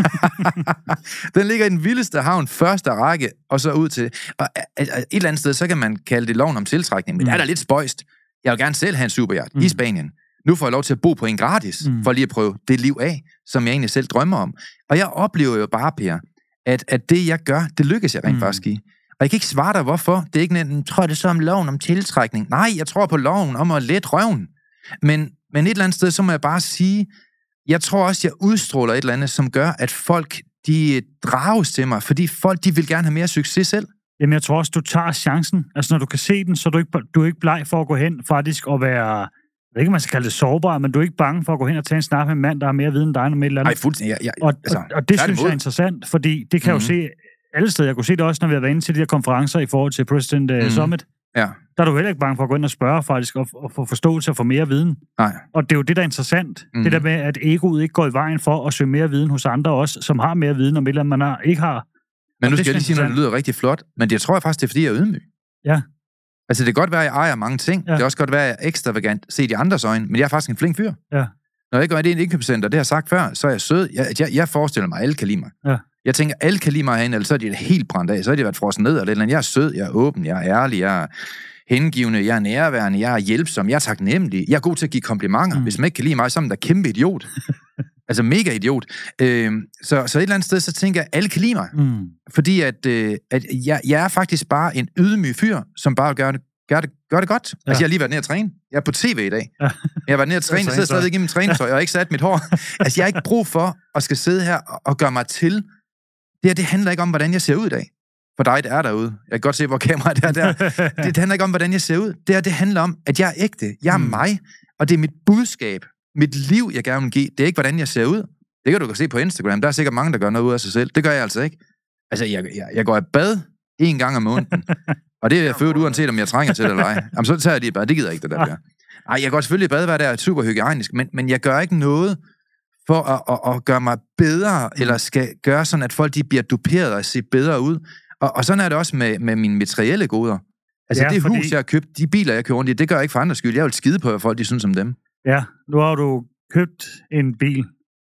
Den ligger i den vildeste havn, første række, og så ud til... Og et eller andet sted, så kan man kalde det loven om tiltrækning, men mm. det er da lidt spøjst. Jeg vil gerne selv have en superyacht mm. i Spanien. Nu får jeg lov til at bo på en gratis, mm. for lige at prøve det liv af, som jeg egentlig selv drømmer om. Og jeg oplever jo bare, Per, at, at det jeg gør, det lykkes jeg rent mm. faktisk i. Og jeg kan ikke svare dig, hvorfor. Det er ikke en, tror det så om loven om tiltrækning. Nej, jeg tror på loven om at lette røven. Men, men et eller andet sted, så må jeg bare sige, jeg tror også, jeg udstråler et eller andet, som gør, at folk, de drages til mig, fordi folk, de vil gerne have mere succes selv. Jamen, jeg tror også, du tager chancen. Altså, når du kan se den, så er du ikke, du er ikke bleg for at gå hen, faktisk, og være, jeg ved ikke, man skal kalde det sårbar, men du er ikke bange for at gå hen og tage en snak med en mand, der har mere viden end dig, end med et eller andet. Nej, fuldstændig. Ja, ja, og, altså, og, og det synes jeg er interessant, fordi det kan mm-hmm. jo se alle steder. Jeg kunne se det også, når vi har været inde til de her konferencer i forhold til President mm-hmm. Summit. Ja. Der er du heller ikke bange for at gå ind og spørge, faktisk, og, og få forståelse og få mere viden. Nej. Og det er jo det, der er interessant. Mm-hmm. Det der med, at egoet ikke går i vejen for at søge mere viden hos andre også, som har mere viden om et eller andet, man har, ikke har. Men nu skal jeg lige sige, når det lyder rigtig flot, men det tror jeg faktisk, det er, fordi jeg er ydmyg. Ja. Altså, det kan godt være, at jeg ejer mange ting. Ja. Det kan også godt være, at jeg er ekstravagant set i andres øjne, men jeg er faktisk en flink fyr. Ja. Når jeg går ind i en indkøbscenter, det har jeg sagt før, så er jeg sød. Jeg, jeg, jeg forestiller mig, at alle kan lide mig. Ja. Jeg tænker, alle kan lide mig herinde, eller så er de helt brændt af, så har de været frosset ned, eller, eller jeg er sød, jeg er åben, jeg er ærlig, jeg er hengivende, jeg er nærværende, jeg er hjælpsom, jeg er taknemmelig, jeg er god til at give komplimenter. Mm. Hvis man ikke kan lide mig, så er man da kæmpe idiot. Altså mega idiot. Øh, så, så et eller andet sted, så tænker jeg, at alle kan lide mig. Mm. Fordi at, øh, at jeg, jeg er faktisk bare en ydmyg fyr, som bare gør det, gør det, gør det godt. Ja. Altså jeg har lige været nede at træne. Jeg er på tv i dag. Ja. Jeg har været nede at træne, jeg sidder stadigvæk i min træningstøj, og jeg har ikke sat mit hår. Altså jeg har ikke brug for at skal sidde her og, og gøre mig til. Det her, det handler ikke om, hvordan jeg ser ud i dag. For dig, der er derude. Jeg kan godt se, hvor kameraet er der. Det, det handler ikke om, hvordan jeg ser ud. Det her, det handler om, at jeg er ægte. Jeg er mm. mig, og det er mit budskab. Mit liv, jeg gerne vil give. Det er ikke, hvordan jeg ser ud. Det kan du kan se på Instagram. Der er sikkert mange, der gør noget ud af sig selv. Det gør jeg altså ikke. Altså, jeg, jeg, jeg går i bad en gang om måneden. Og det er jeg født uanset, om jeg trænger til det eller ej. Jamen, så tager jeg lige i bad. Det gider jeg ikke, det der. Nej, jeg går selvfølgelig i bad, hvad der er super hygiejnisk, men, men jeg gør ikke noget for at, at, at gøre mig bedre, eller skal gøre sådan, at folk de bliver duperet og ser bedre ud. Og, og sådan er det også med, med mine materielle goder. Altså, ja, det fordi... hus, jeg har købt, de biler, jeg køber rundt i, det gør jeg ikke for andres skyld. Jeg vil skide på, at folk de synes om dem. Ja, nu har du købt en bil,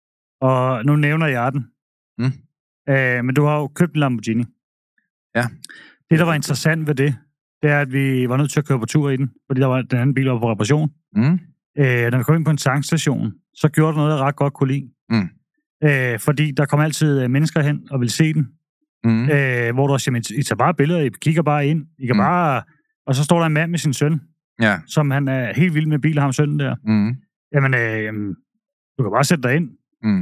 og nu nævner jeg den. Mm. Æh, men du har jo købt en Lamborghini. Ja. Det, der var interessant ved det, det er, at vi var nødt til at køre på tur i den, fordi der var den anden bil var på reparation. Mm. Æh, når vi kom ind på en tankstation, så gjorde det noget, jeg ret godt kunne lide. Mm. Æh, fordi der kom altid mennesker hen og ville se den. Mm. Æh, hvor du også siger, I tager bare billeder, I kigger bare ind. I kan mm. bare... Og så står der en mand med sin søn, ja. Som han er helt vild med bil, ham sønnen der. Mm. Jamen, øh, du kan bare sætte dig ind. Mm.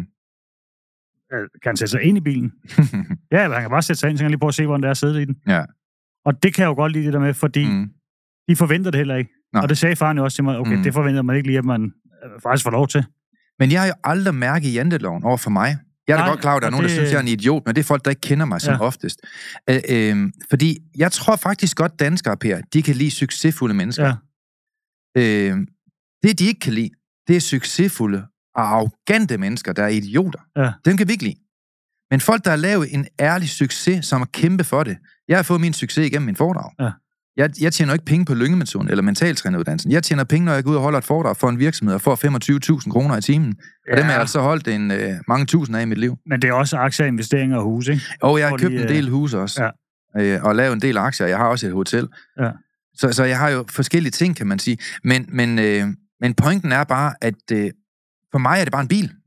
Kan han sætte sig ind i bilen? Ja, han kan bare sætte sig ind, så kan han lige prøve at se, hvordan det er at sidde i den. Ja. Og det kan jeg jo godt lide det der med, fordi mm. de forventer det heller ikke. Nå. Og det sagde faren jo også til mig, okay, mm. det forventer man ikke lige, at man faktisk får lov til. Men jeg har jo aldrig mærket janteloven over for mig. Jeg er da godt klar, at der er nogen, det... der synes, jeg er en idiot, men det er folk, der ikke kender mig som ja. Oftest. Øh, øh, fordi jeg tror faktisk godt, danskere, Per, de kan lide succesfulde mennesker. Ja. Øh, det, de ikke kan lide, det er succesfulde og arrogante mennesker, der er idioter. Ja. Dem kan vi ikke lide. Men folk, der har lavet en ærlig succes, som har kæmpet for det. Jeg har fået min succes igennem min foredrag. Ja. Jeg, jeg tjener ikke penge på lyngemetoden eller mentaltræneruddannelsen. Jeg tjener penge, når jeg går ud og holder et foredrag for en virksomhed og får femogtyve tusind kroner i timen. Ja. Og dem har jeg altså holdt en, øh, mange tusind af i mit liv. Men det er også aktier, investeringer og huse, ikke? Og jeg har købt en del huse også. Ja. Øh, og lavet en del aktier. Jeg har også et hotel. Ja. Så, så jeg har jo forskellige ting, kan man sige. Men, men, øh, men pointen er bare, at øh, for mig er det bare en bil.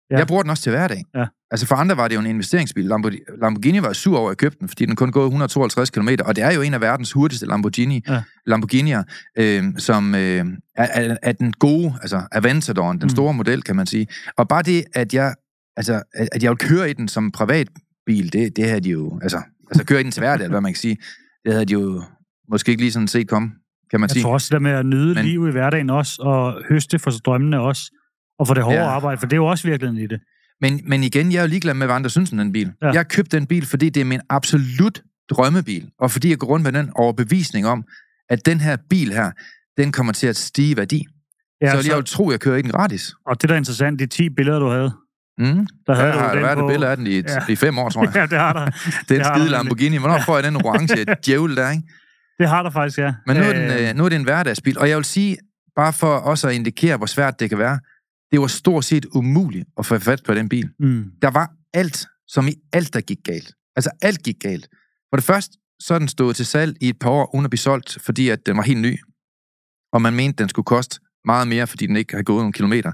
Ja. Jeg bruger den også til hverdag. Ja. Altså for andre var det jo en investeringsbil. Lamborghini var sur over, at jeg købte den, fordi den kun går et hundrede og tooghalvtreds kilometer, og det er jo en af verdens hurtigste Lamborghini, ja. Lamborghinier, øh, som øh, er, er, er den gode, altså Avantadoren, den store mm. model, kan man sige. Og bare det, at jeg, altså, at jeg vil køre i den som privatbil, det, det havde de jo, altså, altså køre i den til hverdag, eller hvad man kan sige, det havde de jo måske ikke lige sådan set komme, kan man jeg sige. Jeg tror også, det der med at nyde Men, liv i hverdagen også, og høste for drømmene også, og for det hårde ja. arbejde, for det er jo også virkeligheden i det. Men, men igen, jeg er jo ligeglad med, hvad andre synes om den bil. Ja. Jeg har købt den bil, fordi det er min absolut drømmebil, og fordi jeg går rundt med den overbevisning om, at den her bil her, den kommer til at stige i værdi. Ja, så, så jeg jo tro, jeg kører i den gratis. Og det der er interessant, de ti billeder, du havde. Mm. Der havde der har der været på... et billede af den i, ja. i fem år, tror jeg. Ja, det har der. Den skide Lamborghini. Hvornår får jeg den orange djævel der, ikke? Det har der faktisk, ja. Men nu er, den, øh, nu er det en hverdagsbil, og jeg vil sige, bare for også at indikere, hvor svært det kan være, det var stort set umuligt at få fat på den bil. Mm. Der var alt, som i alt, der gik galt. Altså alt gik galt. For det første, så er den stået til salg i et par år, uden at blive solgt, fordi at den var helt ny. Og man mente, den skulle koste meget mere, fordi den ikke havde gået nogle kilometer.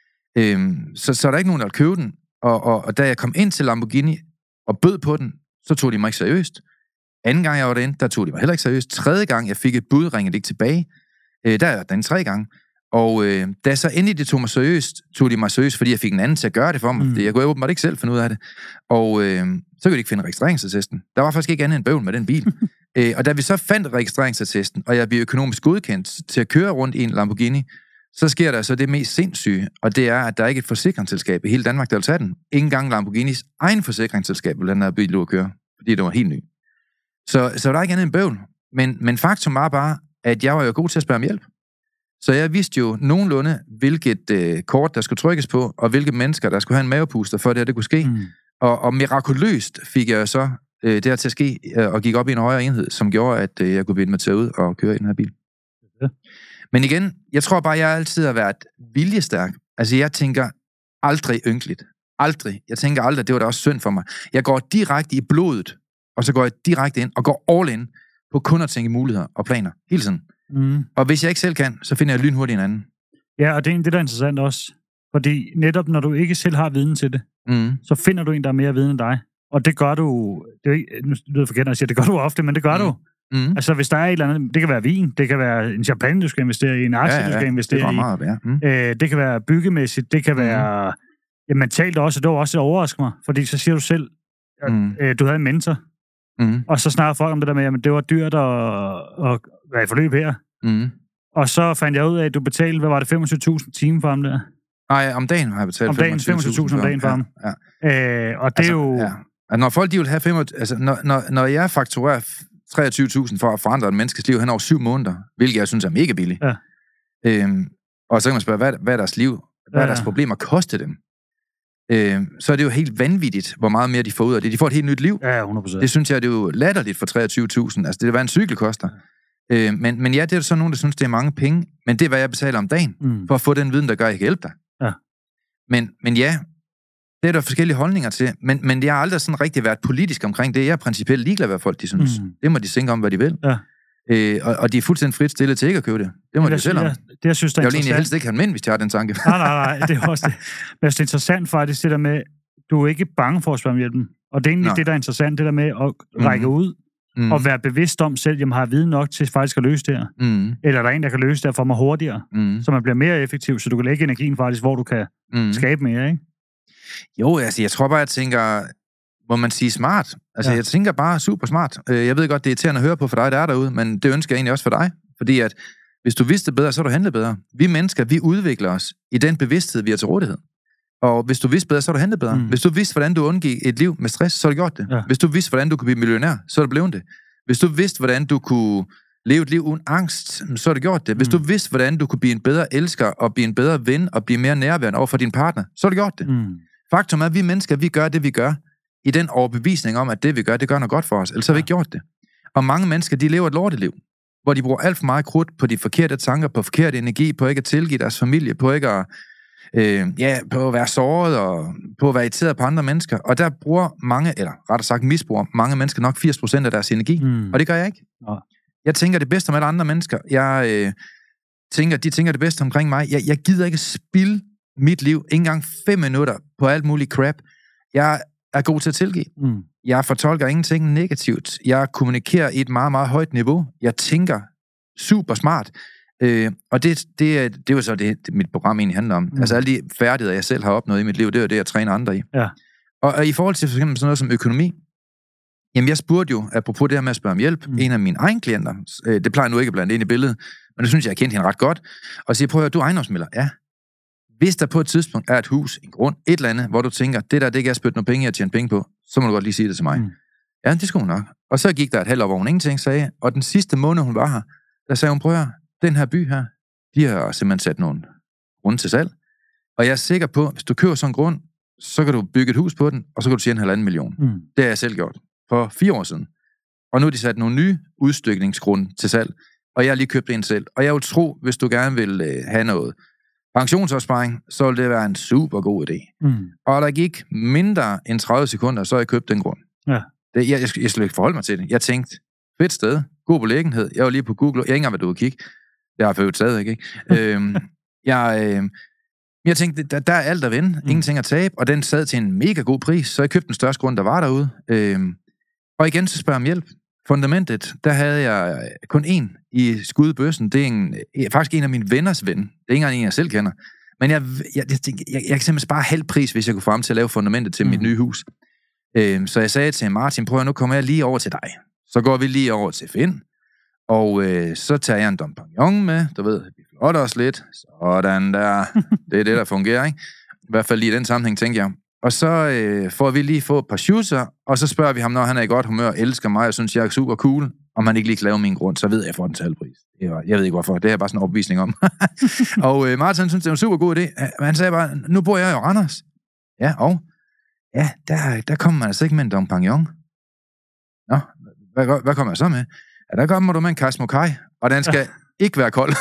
Øhm, så, så er der ikke nogen, der ville købe den. Og, og, og da jeg kom ind til Lamborghini og bød på den, så tog de mig ikke seriøst. Anden gang, jeg var derinde, der tog de mig heller ikke seriøst. Tredje gang, jeg fik et bud, ringede ikke tilbage. Øh, der er den tre gange. Og øh, da så endelig de tog mig seriøst, tog de mig seriøst, fordi jeg fik en anden til at gøre det for mig. Mm. Jeg kunne jo åbenbart ikke selv finde ud af det. Og øh, så kunne de ikke finde registreringsattesten. Der var faktisk ikke andet end bøvl med den bil. øh, og da vi så fandt registreringsattesten, og jeg blev økonomisk godkendt til at køre rundt i en Lamborghini, så sker der så det mest sindssyge, og det er, at der er ikke et forsikringsselskab i hele Danmark, der vil tage den. Ingen gang Lamborghinis egen forsikringsselskab vil den her bil at køre, fordi det var helt ny. Så, så der er ikke andet end bøvl. Men, men faktum var bare, at jeg var jo god til at spørge om hjælp. Så jeg vidste jo nogenlunde, hvilket øh, kort, der skulle trykkes på, og hvilke mennesker, der skulle have en mavepuster, for at det her, det kunne ske. Mm. Og, og mirakuløst fik jeg så øh, det her til at ske, øh, og gik op i en højere enhed, som gjorde, at øh, jeg kunne blive inviteret ud og køre i den her bil. Ja. Men igen, jeg tror bare, jeg altid har været viljestærk. Altså, jeg tænker aldrig ynkeligt. Aldrig. Jeg tænker aldrig, det var da også synd for mig. Jeg går direkte i blodet, og så går jeg direkte ind og går all in på kun at tænke muligheder og planer. Hele tiden. Mm. Og hvis jeg ikke selv kan, så finder jeg lynhurtigt en anden. Ja, og det er det, der er interessant også. Fordi netop når du ikke selv har viden til det, mm. så finder du en, der er mere viden end dig. Og det gør du... Det er ikke, nu lyder det forkert, at jeg siger, det gør du ofte, men det gør mm. du. Mm. Altså, hvis der er et eller andet... Det kan være vin, det kan være en champagne, du skal investere i, en aktie, ja, ja, du skal investere det i. Meget, ja. mm. øh, det kan være byggemæssigt, det kan være... Mm. Ja, mentalt også, det var også, det overrasker mig. Fordi så siger du selv, at mm. øh, du havde en mentor, mm. og så snakker folk om det der med, at det var dyrt at, at være i forløb her. Mm. Og så fandt jeg ud af, at du betalte, hvad var det, femogtyve tusind timer for ham der? Nej, om dagen har jeg betalt om dagen, femogtyve tusind om dagen for ham. Ja, ja. Øh, og det altså, er jo... Ja. Altså, når folk de vil have femogtyve... Altså, når, når, når jeg fakturerer treogtyve tusind for at forandre et menneskes liv hen over syv måneder, hvilket jeg synes er mega billigt. Ja. Øhm, og så kan man spørge, hvad, hvad er deres liv? Hvad er deres ja, ja. problemer koste dem? Øhm, så er det jo helt vanvittigt, hvor meget mere de får ud af det. De får et helt nyt liv. Ja, hundrede procent. Det synes jeg, det er jo latterligt for treogtyve tusind. Altså, det er hvad en cykel koster. Øh, men, men ja, det er så nogen, der synes, det er mange penge, men det er, hvad jeg betaler om dagen, mm. for at få den viden, der gør, at jeg kan hjælpe dig. Ja. Men, men ja, det er der forskellige holdninger til, men, men jeg har aldrig sådan rigtig været politisk omkring det. Jeg er principielt ligeglad, hvad folk de synes. Mm. Det må de tænke om, hvad de vil. Ja. Øh, og, og de er fuldstændig frit stillet til ikke at købe det. Det må de selv om. Det, det, jeg synes, det er jeg vil egentlig helst ikke have en mænd, hvis jeg har den tanke. Nej, nej, nej, det er også det. Men det er interessant faktisk, det der med, du er ikke bange for at spørge om hjælpen. Og det er egentlig Nå. det, der er interessant, det der med at række mm. ud, Mm. og være bevidst om selv, jamen har jeg viden nok til faktisk at løse det her? Mm. Eller der er en, der kan løse det her for mig hurtigere, mm. så man bliver mere effektiv, så du kan lægge energien faktisk, hvor du kan mm. skabe mere, ikke? Jo, altså jeg tror bare, jeg tænker, må man sige smart? Altså ja. jeg tænker bare super smart. Jeg ved godt, det er irriterende at høre på for dig, der er derude, men det ønsker jeg egentlig også for dig. Fordi at hvis du vidste bedre, så er du handlet bedre. Vi mennesker, vi udvikler os i den bevidsthed, vi har til rådighed. Og hvis du vidste bedre, så er du handlet bedre. Mm. Hvis du vidste, hvordan du undgik et liv med stress, så har du gjort det. Ja. Hvis du vidste, hvordan du kunne blive millionær, så er du blevet det. Hvis du vidste, hvordan du kunne leve et liv uden angst, så har du gjort det. Hvis mm. du vidste, hvordan du kunne blive en bedre elsker, og blive en bedre ven, og blive mere nærværende over for din partner, så har du gjort det. Mm. Faktum er, at vi mennesker, vi gør det, vi gør, i den overbevisning om, at det, vi gør, det gør noget godt for os. Ellers har vi ikke gjort det. Og mange mennesker, de lever et lorteliv, hvor de bruger alt for meget krudt på de forkerte tanker, på forkert energi, på ikke at tilgive deres familie, på ikke at Øh, ja, på at være såret og på at være irriteret på andre mennesker. Og der bruger mange, eller rettere sagt misbruger mange mennesker nok firs procent af deres energi. Mm. Og det gør jeg ikke. Ja. Jeg tænker det bedste om alle andre mennesker. Jeg øh, tænker, de tænker det bedste omkring mig. Jeg, jeg gider ikke spilde mit liv, ikke engang fem minutter på alt muligt crap. Jeg er god til at tilgive. Mm. Jeg fortolker ingenting negativt. Jeg kommunikerer i et meget, meget højt niveau. Jeg tænker super smart. Øh, og det, det, det er jo så det, mit program egentlig handler om. Mm. Altså alle de færdigheder, jeg selv har opnået i mit liv, det er jo det, jeg træner andre i. Ja. Og, og i forhold til for eksempel sådan noget som økonomi, jamen jeg spurgte jo, apropos det her med at spørge om hjælp, mm. en af mine egne klienter, øh, det plejer nu ikke at blande ind i billedet, men det synes jeg, jeg kendte hende ret godt, og siger, prøv at høre, du er ejendomsmælder. Ja. Hvis der på et tidspunkt er et hus, en grund, et eller andet, hvor du tænker, det der, det kan jeg spytte nogle penge i at tjene penge på, så må du godt lige sige det til mig. Mm. Ja, det skulle hun nok. Og så gik der et halvt år, hvor hun ingenting sagde, og den sidste måned, hun var her, der sagde hun, prøv at høre, den her by her, de har simpelthen sat nogle grunde til salg, og jeg er sikker på, hvis du køber sådan en grund, så kan du bygge et hus på den, og så kan du tjene en halvanden million. Mm. Det har jeg selv gjort for fire år siden. Og nu har de sat nogle nye udstykningsgrunde til salg, og jeg har lige købt en selv. Og jeg vil tro, hvis du gerne vil øh, have noget pensionsopsparing, så vil det være en super god idé. Mm. Og der gik mindre end tredive sekunder, så har jeg købt den grund. Ja. Det, jeg, jeg, jeg skulle ikke forholde mig til det. Jeg tænkte, fedt sted, god belæggenhed. Jeg var lige på Google, jeg har ikke engang været ude at kigge. Jeg har født stadig, ikke? øhm, jeg, øh, jeg tænkte, der, der er alt at vinde, mm. ingenting at tabe, og den sad til en mega god pris, så jeg købte den største grund, der var derude. Øhm, og igen, så spørger jeg om hjælp. Fundamentet, der havde jeg kun én i skudbøssen. Det er en, faktisk en af mine venners ven. Det er ikke engang en, jeg selv kender. Men jeg, jeg, jeg, jeg, jeg kan simpelthen spare halv pris, hvis jeg kunne få ham til at lave fundamentet til mm. mit nye hus. Øhm, så jeg sagde til Martin, prøv at nu kommer jeg lige over til dig. Så går vi lige over til Finn. Og øh, så tager jeg en Dom Pignon med. Du ved, vi flotter os lidt. Sådan der. Det er det, der fungerer, ikke? I hvert fald lige i den sammenhæng, tænker jeg. Og så øh, får vi lige få et par shootser, og så spørger vi ham, når han er i godt humør, elsker mig, og synes, jeg er super cool, om han ikke lige kan lave min grund, så ved jeg, jeg får den talpris. Jeg ved ikke hvorfor, det er bare sådan en opvisning om. og øh, Martin synes, det er en super god idé. Men han sagde bare, nu bor jeg jo i Randers. Ja, og ja, der, der kommer man altså ikke med en Dom Pignon. Nå, hvad, hvad kommer jeg så med? Ja, der kommer du med en Kasmokai, og den skal ikke være kold.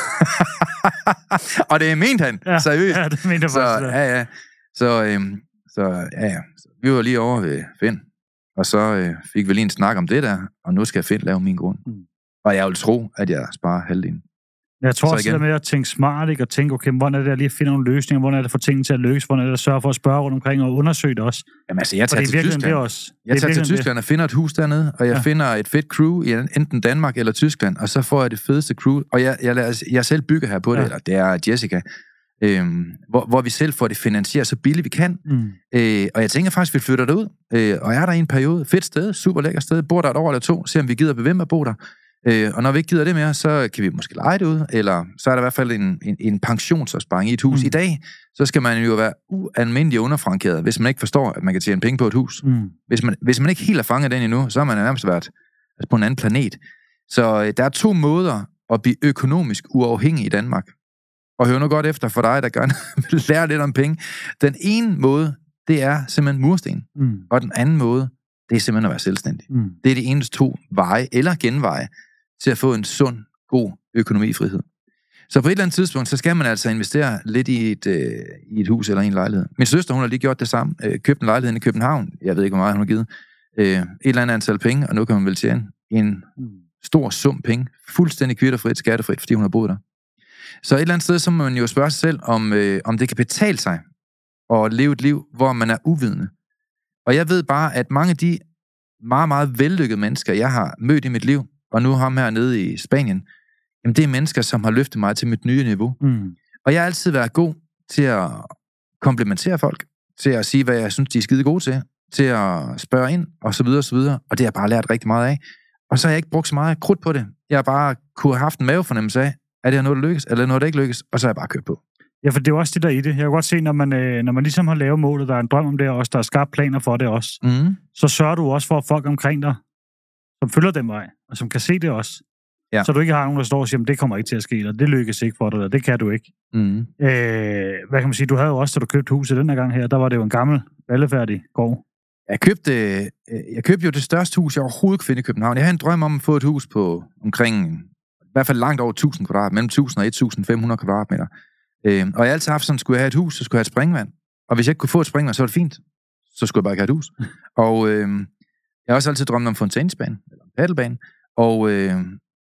og det er ment han, ja, seriøst. Ja, det mente jeg så, faktisk. Ja, ja. Så, øhm, så ja, ja. Så, vi var lige over ved Finn, og så øh, fik vi lige en snak om det der, og nu skal Finn lave min grund. Mm. Og jeg vil tro, at jeg sparer halvdelen. Jeg tror også, det med at tænke smart, ikke? Og tænke, okay, hvordan er det, at lige finde nogle løsninger, hvordan er det for tingene til at lykkes, hvordan er det at sørge for at spørge rundt omkring og undersøge det også. Jamen altså, jeg tager til Tyskland. Også. Jeg tager til Tyskland og finder et hus dernede, og jeg ja. finder et fedt crew i enten Danmark eller Tyskland, og så får jeg det fedeste crew, og jeg, jeg, jeg selv bygger her på det, ja. eller det er Jessica, øhm, hvor, hvor vi selv får det finansieret så billigt vi kan. Mm. Øh, og jeg tænker faktisk, vi flytter derud, øh, og jeg er der i en periode, fedt sted, super lækker sted, bor der et år eller to, se om vi gider blive ved med at bo der. Øh, og når vi ikke gider det mere, så kan vi måske lege det ud, eller så er der i hvert fald en, en, en pensionsopsparing i et hus. Mm. I dag, så skal man jo være ualmindelig underfrankeret, hvis man ikke forstår, at man kan tjene penge på et hus. Mm. Hvis, man, hvis man ikke helt har fanget den endnu, så har man nærmest været altså på en anden planet. Så øh, der er to måder at blive økonomisk uafhængig i Danmark. Og hør nu godt efter for dig, der gerne vil lære lidt om penge. Den ene måde, det er simpelthen mursten. Mm. Og den anden måde, det er simpelthen at være selvstændig. Mm. Det er de eneste to veje, eller genveje, til at få en sund, god økonomifrihed. Så på et eller andet tidspunkt, så skal man altså investere lidt i et, øh, i et hus eller en lejlighed. Min søster, hun har lige gjort det samme. Øh, købt en lejlighed i København. Jeg ved ikke, hvor meget hun har givet. Øh, et eller andet antal penge, og nu kan man vel tjene en stor sum penge. Fuldstændig kvitterfrit, skattefrit, fordi hun har boet der. Så et eller andet sted, så må man jo spørge sig selv, om, øh, om det kan betale sig at leve et liv, hvor man er uvidende. Og jeg ved bare, at mange af de meget, meget vellykkede mennesker, jeg har mødt i mit liv, og nu ham her nede i Spanien, jamen det er mennesker, som har løftet mig til mit nye niveau. Mm. Og jeg har altid været god til at komplimentere folk, til at sige, hvad jeg synes, de er skide gode til, til at spørge ind, og så videre, og så videre. Og det har jeg bare lært rigtig meget af. Og så har jeg ikke brugt så meget krudt på det. Jeg har bare kunne have haft en mavefornemmelse af, er det her noget, der lykkes, eller noget, der ikke lykkes, og så har jeg bare kørt på. Ja, for det er også det der i det. Jeg kan godt se, når man, øh, når man ligesom har lavet målet, der er en drøm om det, og også der er skarpe planer for det også, mm. så sørger du også for folk omkring dig, som følger den vej, og som kan se det også. Ja. Så du ikke har nogen, der står og siger, det kommer ikke til at ske, eller det lykkes ikke for dig, eller det kan du ikke. Mm. Øh, hvad kan man sige, du havde jo også, da du købte huset den her gang her, der var det jo en gammel, valgfærdig gård. Jeg købte, jeg købte jo det største hus, jeg overhovedet kunne finde i København. Jeg havde en drøm om at få et hus på omkring, i hvert fald langt over tusind kvadrat, mellem tusind og et tusind fem hundrede kvadratmeter. Øh, og jeg har altid haft sådan, skulle jeg have et hus, så skulle jeg have et springvand. Og hvis jeg ikke kunne få et springvand, så var det fint. Så skulle jeg bare ikke have et hus. og øh, jeg har også altid drømt om en fontænesbane, eller en paddelbane. Og øh,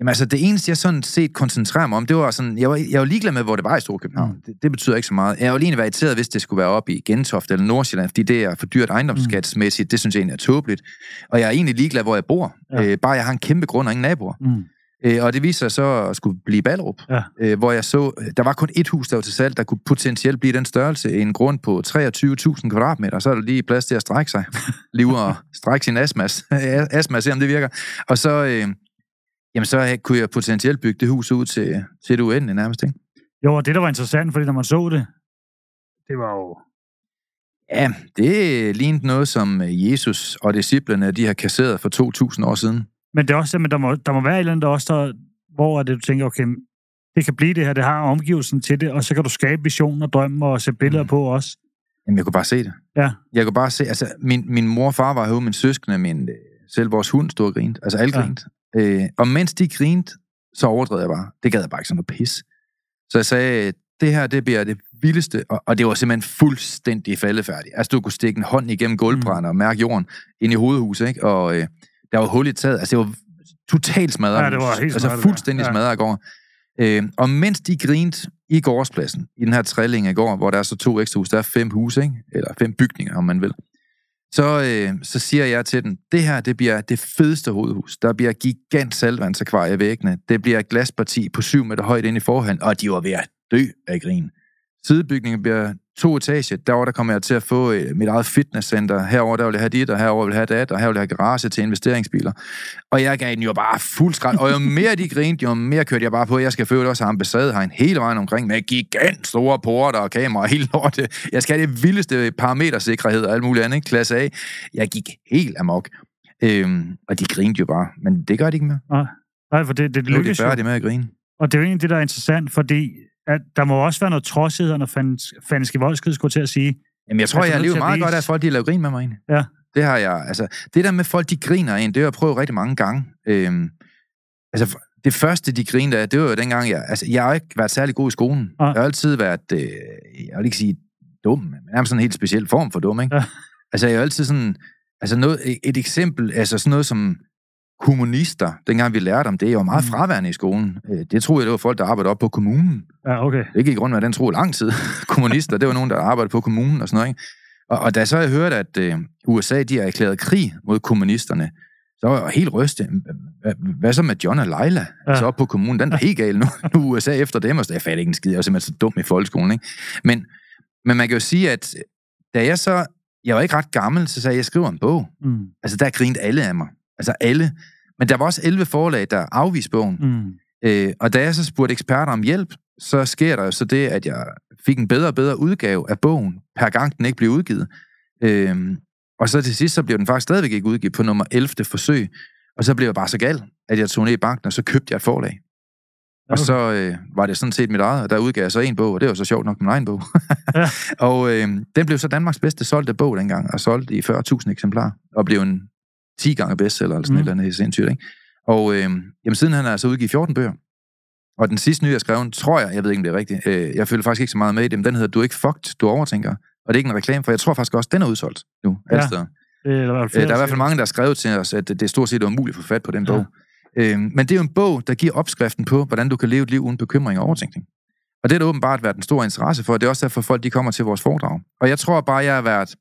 Jamen altså, det eneste, jeg sådan set koncentrerer mig om, det var sådan, jeg var, jeg var ligeglad med, hvor det var i Storkøbenhavn. Mm. Det, det betyder ikke så meget. Jeg ville egentlig være irriteret, hvis det skulle være oppe i Gentofte eller Nordsjælland, fordi det er for dyrt ejendomsskatsmæssigt. Mm. Det synes jeg egentlig er tåbeligt. Og jeg er egentlig ligeglad, hvor jeg bor. Ja. Øh, bare jeg har en kæmpe grund og ingen naboer. Mm. Øh, og det viser sig så at skulle blive Ballerup, ja. øh, hvor jeg så, der var kun et hus, der var til salg, der kunne potentielt blive den størrelse. En grund på treogtyve tusind kvadratmeter, så er der lige plads til at strække sig. Lige og strække sin astmas. astmas, se om det virker. Og så... Øh, Jamen, så kunne jeg potentielt bygge det hus ud til, til det uendelige nærmest, ikke? Jo, og det, der var interessant, fordi når man så det, det var jo... Ja, det lignede noget, som Jesus og disciplene, de har kasseret for to tusind år siden. Men det er også, men der må, der må være et eller andet også, der, hvor er det, du tænker, okay, det kan blive det her, det har omgivelsen til det, og så kan du skabe visioner, drømme og sætte billeder mm. på også. Jamen, jeg kunne bare se det. Ja. Jeg kunne bare se, altså, min, min mor og far var herude, min søskende, min, selv vores hund stod og grint. Altså, alle grint. Ja. Øh, og mens de grinte, så overdrev jeg bare. Det gad jeg bare ikke sådan noget pis. Så jeg sagde, det her, det bliver det vildeste, og, og det var simpelthen fuldstændig faldefærdigt. Altså, du kunne stikke en hånd igennem gulvbrænder og mærke jorden ind i hovedhuset, ikke? Og øh, der var hul i taget. Altså, det var totalt smadret. Ja, det var helt altså, fuldstændig ja. smadret i går. Øh, og mens de grinte i gårdspladsen, i den her trælling i går, hvor der er så to ekstra hus, der er fem huse, ikke? Eller fem bygninger, om man vil. Så, øh, så siger jeg til den, det her, det bliver det fedeste hovedhus. Der bliver gigant saltvandsakvarie i væggene. Det bliver et glasparti på syv meter højt inde i forhånd, og de var ved at dø af grin. Sidebygningen bliver to etager. Derovre, der kommer jeg til at få øh, mit eget fitnesscenter. Herover der vil jeg have dit, og herover vil jeg have dat, og her vil jeg have garage til investeringsbiler. Og jeg gav den jo bare fuld skrald. Og jo mere de grinte, jo mere kørte jeg bare på. Jeg skal føle også have ambassade her en hele vejen omkring med gigant store porter og kamera og hele lortet. Jeg skal have det vildeste parametersikkerhed og alt muligt andet, ikke? Klasse A. Jeg gik helt amok. Øhm, og de grinte jo bare. Men det gør de ikke mere. Nej, Nej for det, det lykkes jo. Nu er de med at grine. Og det er jo egentlig det, der er interessant, fordi at der må også være noget trodsighed, når Faniske Voldskid skulle til at sige. Jamen, jeg tror, jeg har levet meget vise... godt af, at folk de laver grin med mig egentlig. Ja. Det har jeg, altså, det der med folk, de griner en, det har jeg prøvet rigtig mange gange. Øhm, altså, det første, de grinede af, det var jo dengang, jeg, altså, jeg har ikke været særlig god i skolen. Ja. Jeg har altid været, øh, jeg vil ikke sige dum, men nærmest sådan en helt speciel form for dum, ikke? Ja. Altså, jeg har altid sådan, altså noget, et eksempel, altså sådan noget som kommunister, dengang vi lærte om det, jeg var meget fraværende i skolen. Det troede jeg, det var folk, der arbejdede op på kommunen. Ja, okay. Det gik rundt med, at den troede lang tid. Kommunister, det var nogen, der arbejdede på kommunen og sådan noget, ikke? Og, og da så jeg hørte, at øh, U S A, de har erklæret krig mod kommunisterne, så var jeg helt rystet. Hvad så med John og Leila? Ja. Så op på kommunen, den er helt gal nu. Nu U S A efter dem, og så jeg fatter ikke en skid. Jeg var simpelthen så dum i folkeskolen, ikke? Men, men man kan jo sige, at da jeg så, jeg var ikke ret gammel, så sagde jeg, jeg skriver en bog. Mm. Altså, der grinte alle af mig. Altså alle. Men der var også elleve forlag, der afviste bogen. Mm. Øh, og da jeg så spurgte eksperter om hjælp, så sker der jo så det, at jeg fik en bedre og bedre udgave af bogen, per gang den ikke blev udgivet. Øh, og så til sidst, så blev den faktisk stadigvæk ikke udgivet på nummer ellevte forsøg. Og så blev jeg bare så gal, at jeg tog ned i banken, og så købte jeg et forlag. Og så øh, var det sådan set mit eget, og der udgav jeg så en bog, og det var så sjovt nok min egen bog. Ja. Og øh, den blev så Danmarks bedste solgte bog dengang, og solgte i fyrre tusind eksemplarer, og blev en ti gange bestseller, eller sådan mm. et eller andet, sindssygt, ikke? Og øh, jamen, siden han har altså udgivet fjorten bøger, og den sidste nye, jeg skrev, tror jeg, jeg ved ikke, om det er rigtigt, øh, jeg føler faktisk ikke så meget med i dem, den hedder Du er ikke fucked, du overtænker, og det er ikke en reklame, for jeg tror faktisk også, den er udsolgt nu, ja. alle steder. Det er, øh, der er i hvert fald mange, der har skrevet til os, at det er stort set umuligt at få fat på den bog. Ja. Øh, men det er jo en bog, der giver opskriften på, hvordan du kan leve et liv uden bekymring og overtænkning. Og det er der åbenbart været en stor interesse for, og det er også derfor, folk de kommer til vores foredrag. Og jeg tror bare, jeg har været,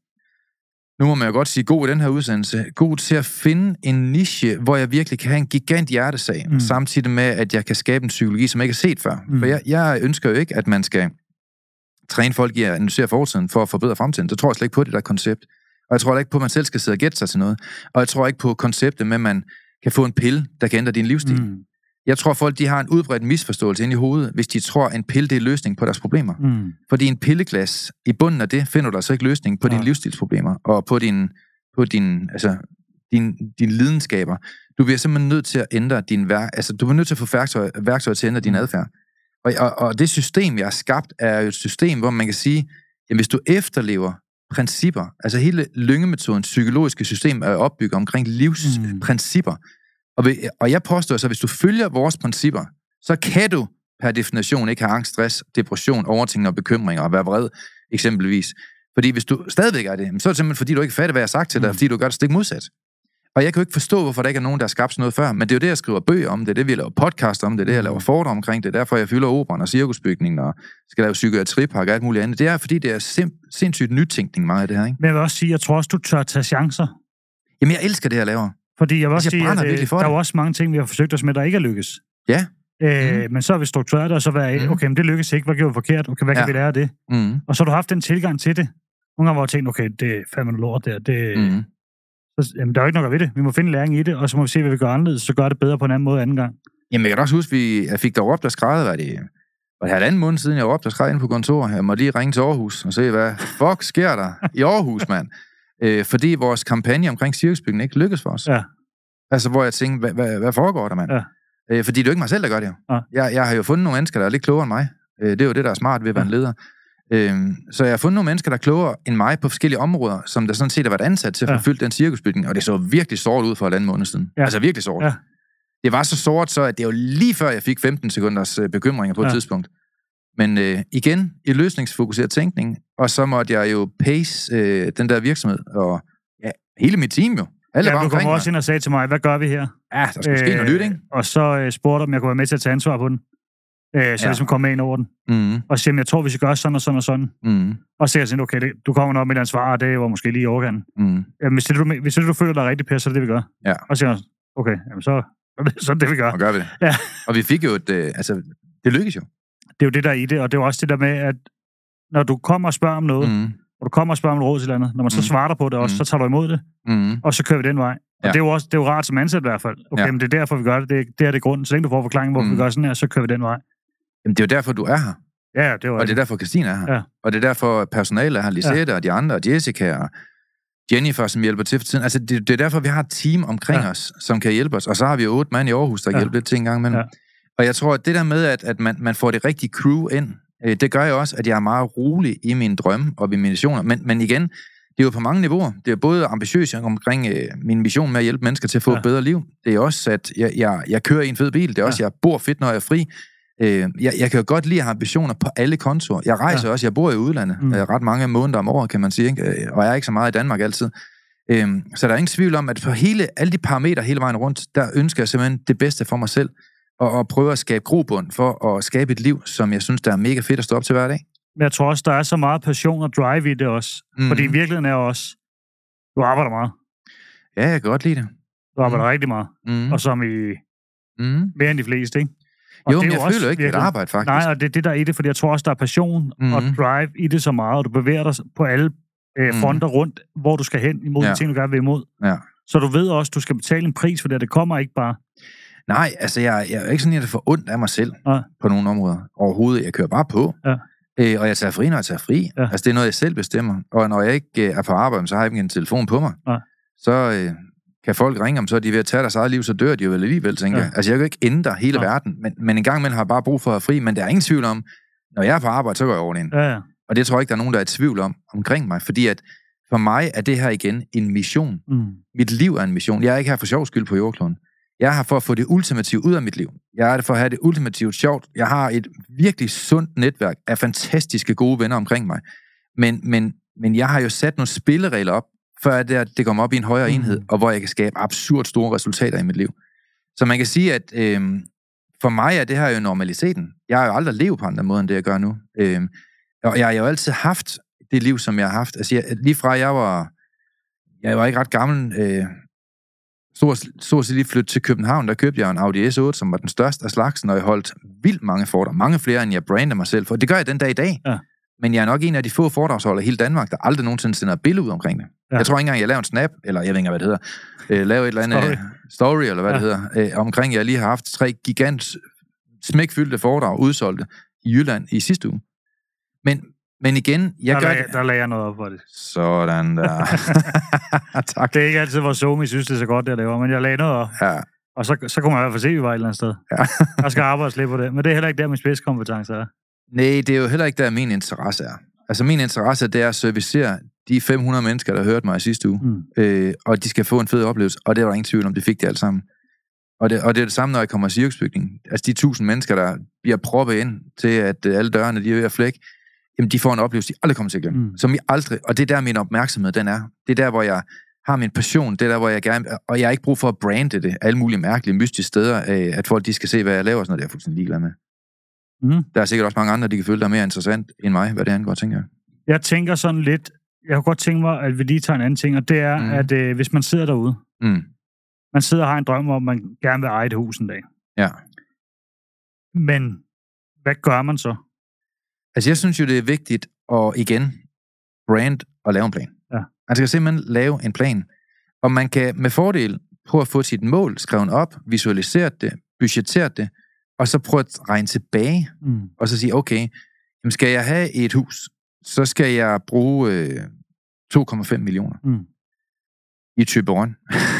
nu må man jo godt sige, god i den her udsendelse, god til at finde en niche, hvor jeg virkelig kan have en gigant hjertesag, mm. samtidig med, at jeg kan skabe en psykologi, som jeg ikke har set før. Mm. For jeg, jeg ønsker jo ikke, at man skal træne folk i at analysere fortiden for at forbedre fremtiden. Så tror jeg slet ikke på det der koncept. Og jeg tror ikke på, at man selv skal sidde og gætte sig til noget. Og jeg tror ikke på konceptet med, at man kan få en pille, der kan ændre din livsstil. Mm. Jeg tror, folk de har en udbredt misforståelse inde i hovedet, hvis de tror, at en pille det er løsning på deres problemer. Mm. Fordi en pilleglas, i bunden af det, finder du altså ikke løsning på ja. dine livsstilsproblemer, og på din, på din, altså, din, din lidenskaber. Du bliver simpelthen nødt til at ændre din værk, altså du bliver nødt til at få værktøj, værktøj til at ændre din adfærd. Og, og, og det system, jeg har skabt, er jo et system, hvor man kan sige, at hvis du efterlever principper, altså hele lyngemetodens psykologiske system er opbygget omkring livsprincipper. Mm. Og, og jeg påstår så, at hvis du følger vores principper, så kan du per definition ikke have angst, stress, depression, overtænkning og bekymringer og være vred, eksempelvis. Fordi hvis du stadigvæk er det, så er det simpelthen fordi, du ikke fatter, hvad jeg har sagt til dig, mm. fordi du gør det stik modsat. Og jeg kan jo ikke forstå, hvorfor der ikke er nogen, der har skabt sådan noget før, men det er jo det, jeg skriver bøger om, det er det, vi laver podcast om, det er det, jeg laver foredrag omkring, det er derfor, jeg fylder operan og cirkusbygningen og skal lave psykiatripark og alt muligt andet. Det er, fordi det er sim- sindssygt nytænkning meget af det her, ikke? Men jeg vil også sige, jeg tror også, du tør tage chancer. Jamen, jeg elsker det, jeg laver. Fordi jeg vil også jeg sige, at der det. er jo også mange ting, vi har forsøgt os med, der ikke er lykkes. Ja. Øh, mm. Men så har vi struktureret det, og så været, okay, men det lykkes ikke, hvad gjorde vi forkert? Okay, hvad kan ja. vi lære af det? Mm. Og så har du haft den tilgang til det. Nogle gange, hvor jeg tænkt, okay, det er fandme lort der, det... Mm. Så, jamen, der er jo ikke noget ved det. Vi må finde læring i det, og så må vi se, hvad vi gør anderledes, så gør det bedre på en anden måde anden gang. Jamen, jeg kan også huske, at jeg fik der råbt og skrevet, hvad det var det halvanden måned siden, jeg råbte og skrevet inde på kontoret. Jeg måtte lige ringe til Aarhus og se, hvad fuck sker der i Aarhus, mand? Øh, fordi vores kampagne omkring cirkusbygningen ikke lykkedes for os. Ja. Altså, hvor jeg tænkte, hvad, hvad, hvad foregår der, mand? Ja. Øh, fordi det er jo ikke mig selv, der gør det jo. Ja. Jeg, jeg har jo fundet nogle mennesker, der er lidt klogere end mig. Øh, det er jo det, der er smart ved at være en leder. Øhm, så jeg har fundet nogle mennesker, der er klogere end mig på forskellige områder, som der sådan set har været ansat til at forfylde ja. den cirkusbygning, og det så virkelig sort ud for et andet måned siden. Ja. Altså virkelig sort. Ja. Det var så sort, så at det var lige før, jeg fik femten sekunders øh, bekymringer på ja. et tidspunkt. Men øh, igen, i løsningsfokuseret tænkning, og så måtte jeg jo pace øh, den der virksomhed, og ja, hele mit team jo. Alle ja, du kom også ind og sagde til mig, hvad gør vi her? Ja, der skulle øh, ske noget nyt, ikke? Og så øh, spurgte om jeg kunne være med til at tage ansvar på den. Øh, så ja. ligesom kom med ind over den. Mm. Og siger, jeg tror, vi skal gøre sådan og sådan og sådan. Mm. Og så siger jeg sådan, okay, det, du kommer nok med et ansvar, og det var måske lige i overgangen. Mm. Jamen, hvis, det, du, hvis det, du føler dig rigtig pæst, så er det det, vi gør. Ja. Og så siger jeg, okay, jamen, så, så er det det, vi gør. Og gør vi det. Ja. Og vi fik jo et, øh, altså, det lykkes jo. Det er jo det, der er i det, og det er jo også det der med, at når du kommer og spørger om noget, mm. og du kommer og spørger om råd til andet, når man så mm. svarer på det også, mm. så tager du imod det, mm. og så kører vi den vej. Og ja. det er jo også det er jo rart som ansat i hvert fald. Okay, ja. men det er derfor, vi gør det. Det er, det er det grunden. Så længe du får forklaringen, hvorfor mm. vi gør sådan her, så kører vi den vej. Jamen, det er jo derfor, du er her. Ja, det var og det er derfor, Christine er her. Ja. Og det er derfor, personalet er her. Lisette ja. og de andre, og Jessica og Jennifer, som hjælper til for tiden. Altså, det, det er derfor, vi har et team omkring ja. os, som kan hjælpe os. Og så har vi jo otte mand i Aarhus, der ja. hjælper lidt til en gang imellem. Ja. Og jeg tror, at det der med, at, at man, man får det rigtige crew ind, øh, det gør jo også, at jeg er meget rolig i mine drømme og mine missioner. Men, men igen, det er jo på mange niveauer. Det er både ambitiøst omkring øh, min mission med at hjælpe mennesker til at få ja. et bedre liv. Det er også, at jeg, jeg, jeg kører i en fed bil. Det er også, ja. jeg bor fedt, når jeg er fri. Jeg, jeg kan jo godt lide at have ambitioner på alle kontorer. Jeg rejser ja. også, jeg bor i udlandet mm. ret mange måneder om året, kan man sige, ikke? Og jeg er ikke så meget i Danmark altid. Så der er ingen tvivl om, at på hele, alle de parametre hele vejen rundt, der ønsker jeg simpelthen det bedste for mig selv, og, og prøve at skabe grobund for at skabe et liv, som jeg synes, der er mega fedt at stå op til hver dag. Men jeg tror også, der er så meget passion og drive i det også. Mm. Fordi i virkeligheden er også, du arbejder meget. Ja, jeg kan godt lide det. Du arbejder mm. rigtig meget. Mm. Og som i mm. mere end de fleste, ikke? Og jo, men jeg føler ikke, det er et arbejde, faktisk. Nej, og det er det, der er i det, fordi jeg tror også, der er passion mm-hmm. og drive i det så meget, og du bevæger dig på alle øh, fronter mm. rundt, hvor du skal hen imod ja. de ting, du gerne vil imod. Ja. Så du ved også, du skal betale en pris for det, det kommer ikke bare. Nej, altså jeg, jeg er ikke sådan, at jeg får ondt af mig selv ja. på nogle områder. Overhovedet, jeg kører bare på. Ja. Øh, og jeg tager fri, når jeg tager fri. Ja. Altså det er noget, jeg selv bestemmer. Og når jeg ikke øh, er på arbejde, så har jeg ikke en telefon på mig. Ja. Så... Øh, kan folk ringe om, så er de ved at tage deres eget liv, så dør de jo alligevel, tænker ja. jeg. Altså, jeg kan jo ikke ændre hele ja. verden, men, men en gang imellem har jeg bare brug for at have fri, men der er ingen tvivl om, når jeg er på arbejde, så går jeg over ind. Ja, ja. Og det tror jeg ikke, der er nogen, der er i tvivl om omkring mig, fordi at for mig er det her igen en mission. Mm. Mit liv er en mission. Jeg er ikke her for sjov skyld på jordkloden. Jeg er her for at få det ultimative ud af mit liv. Jeg er her for at have det ultimativt sjovt. Jeg har et virkelig sundt netværk af fantastiske gode venner omkring mig. Men, men, men jeg har jo sat nogle spilleregler op, før det, det kommer op i en højere enhed, mm. og hvor jeg kan skabe absurd store resultater i mit liv. Så man kan sige, at øh, for mig er det her jo normaliteten. Jeg har jo aldrig levet på andre måder, end det jeg gør nu. Øh, og jeg har jo altid haft det liv, som jeg har haft. Altså, jeg, lige fra jeg var, jeg var ikke ret gammel, øh, stort set lige flyttet til København, der købte jeg en Audi S otte, som var den største af slagsen, og jeg holdt vildt mange foredrag. Mange flere, end jeg brander mig selv for. Det gør jeg den dag i dag. Ja. Men jeg er nok en af de få foredragsholdere i hele Danmark, der aldrig nogensinde sender et billede ud omkring det. Ja. Jeg tror ikke engang, jeg laver en snap, eller jeg ved ikke, hvad det hedder, øh, lave et eller andet story, story eller hvad ja. det hedder, øh, omkring, jeg lige har haft tre gigant smækfyldte foredrag udsolgte i Jylland i sidste uge. Men, men igen, jeg der gør lag, det. Der lagde jeg noget op for det. Sådan der. Tak. Det er ikke altid, hvor Zoom synes, det er så godt, det jeg laver, men jeg lagde noget op. Ja. Og så, så kunne man i hvert fald se, at vi var et eller andet sted. Ja. Jeg skal arbejde lidt på det, men det er heller ikke der, min spidskompetencer er. Nej, det er jo heller ikke der, min interesse er. Altså, min interesse, det er at servicere de fem hundrede mennesker, der hørte mig i sidste uge. Mm. Øh, og de skal få en fed oplevelse, og det var der ingen tvivl om, de fik det alt sammen. Og det, og det er det samme, når jeg kommer i cirkusbygningen. Altså, de tusind mennesker, der bliver proppet ind til, at alle dørene, de er ved at flække, jamen, de får en oplevelse, de aldrig kommer til at glemme. Mm. Som I aldrig, og det er der, min opmærksomhed, den er. Det er der, hvor jeg har min passion, det er der, hvor jeg gerne... Og jeg har ikke brug for at brande det alle mulige mærkelige, mystiske steder, at folk de skal se, hvad jeg laver, sådan noget, det er jeg fuldstændig ligeglad med. Mm. Der er sikkert også mange andre, de kan føle, der er mere interessant end mig, hvad det angår, tænker jeg. Jeg tænker sådan lidt... Jeg kunne godt tænke mig, at vi lige tager en anden ting, og det er, mm. at øh, hvis man sidder derude, mm. man sidder og har en drøm om, at man gerne vil eje et hus en dag. Ja. Men hvad gør man så? Altså, jeg synes jo, det er vigtigt at igen brand og lave en plan. Ja. Man skal simpelthen lave en plan, og man kan med fordel prøve at få sit mål skrevet op, visualisere det, budgettere det, og så prøve at regne tilbage, mm. og så sige, okay, jamen skal jeg have et hus, så skal jeg bruge øh, to komma fem millioner mm. i Thyborøn.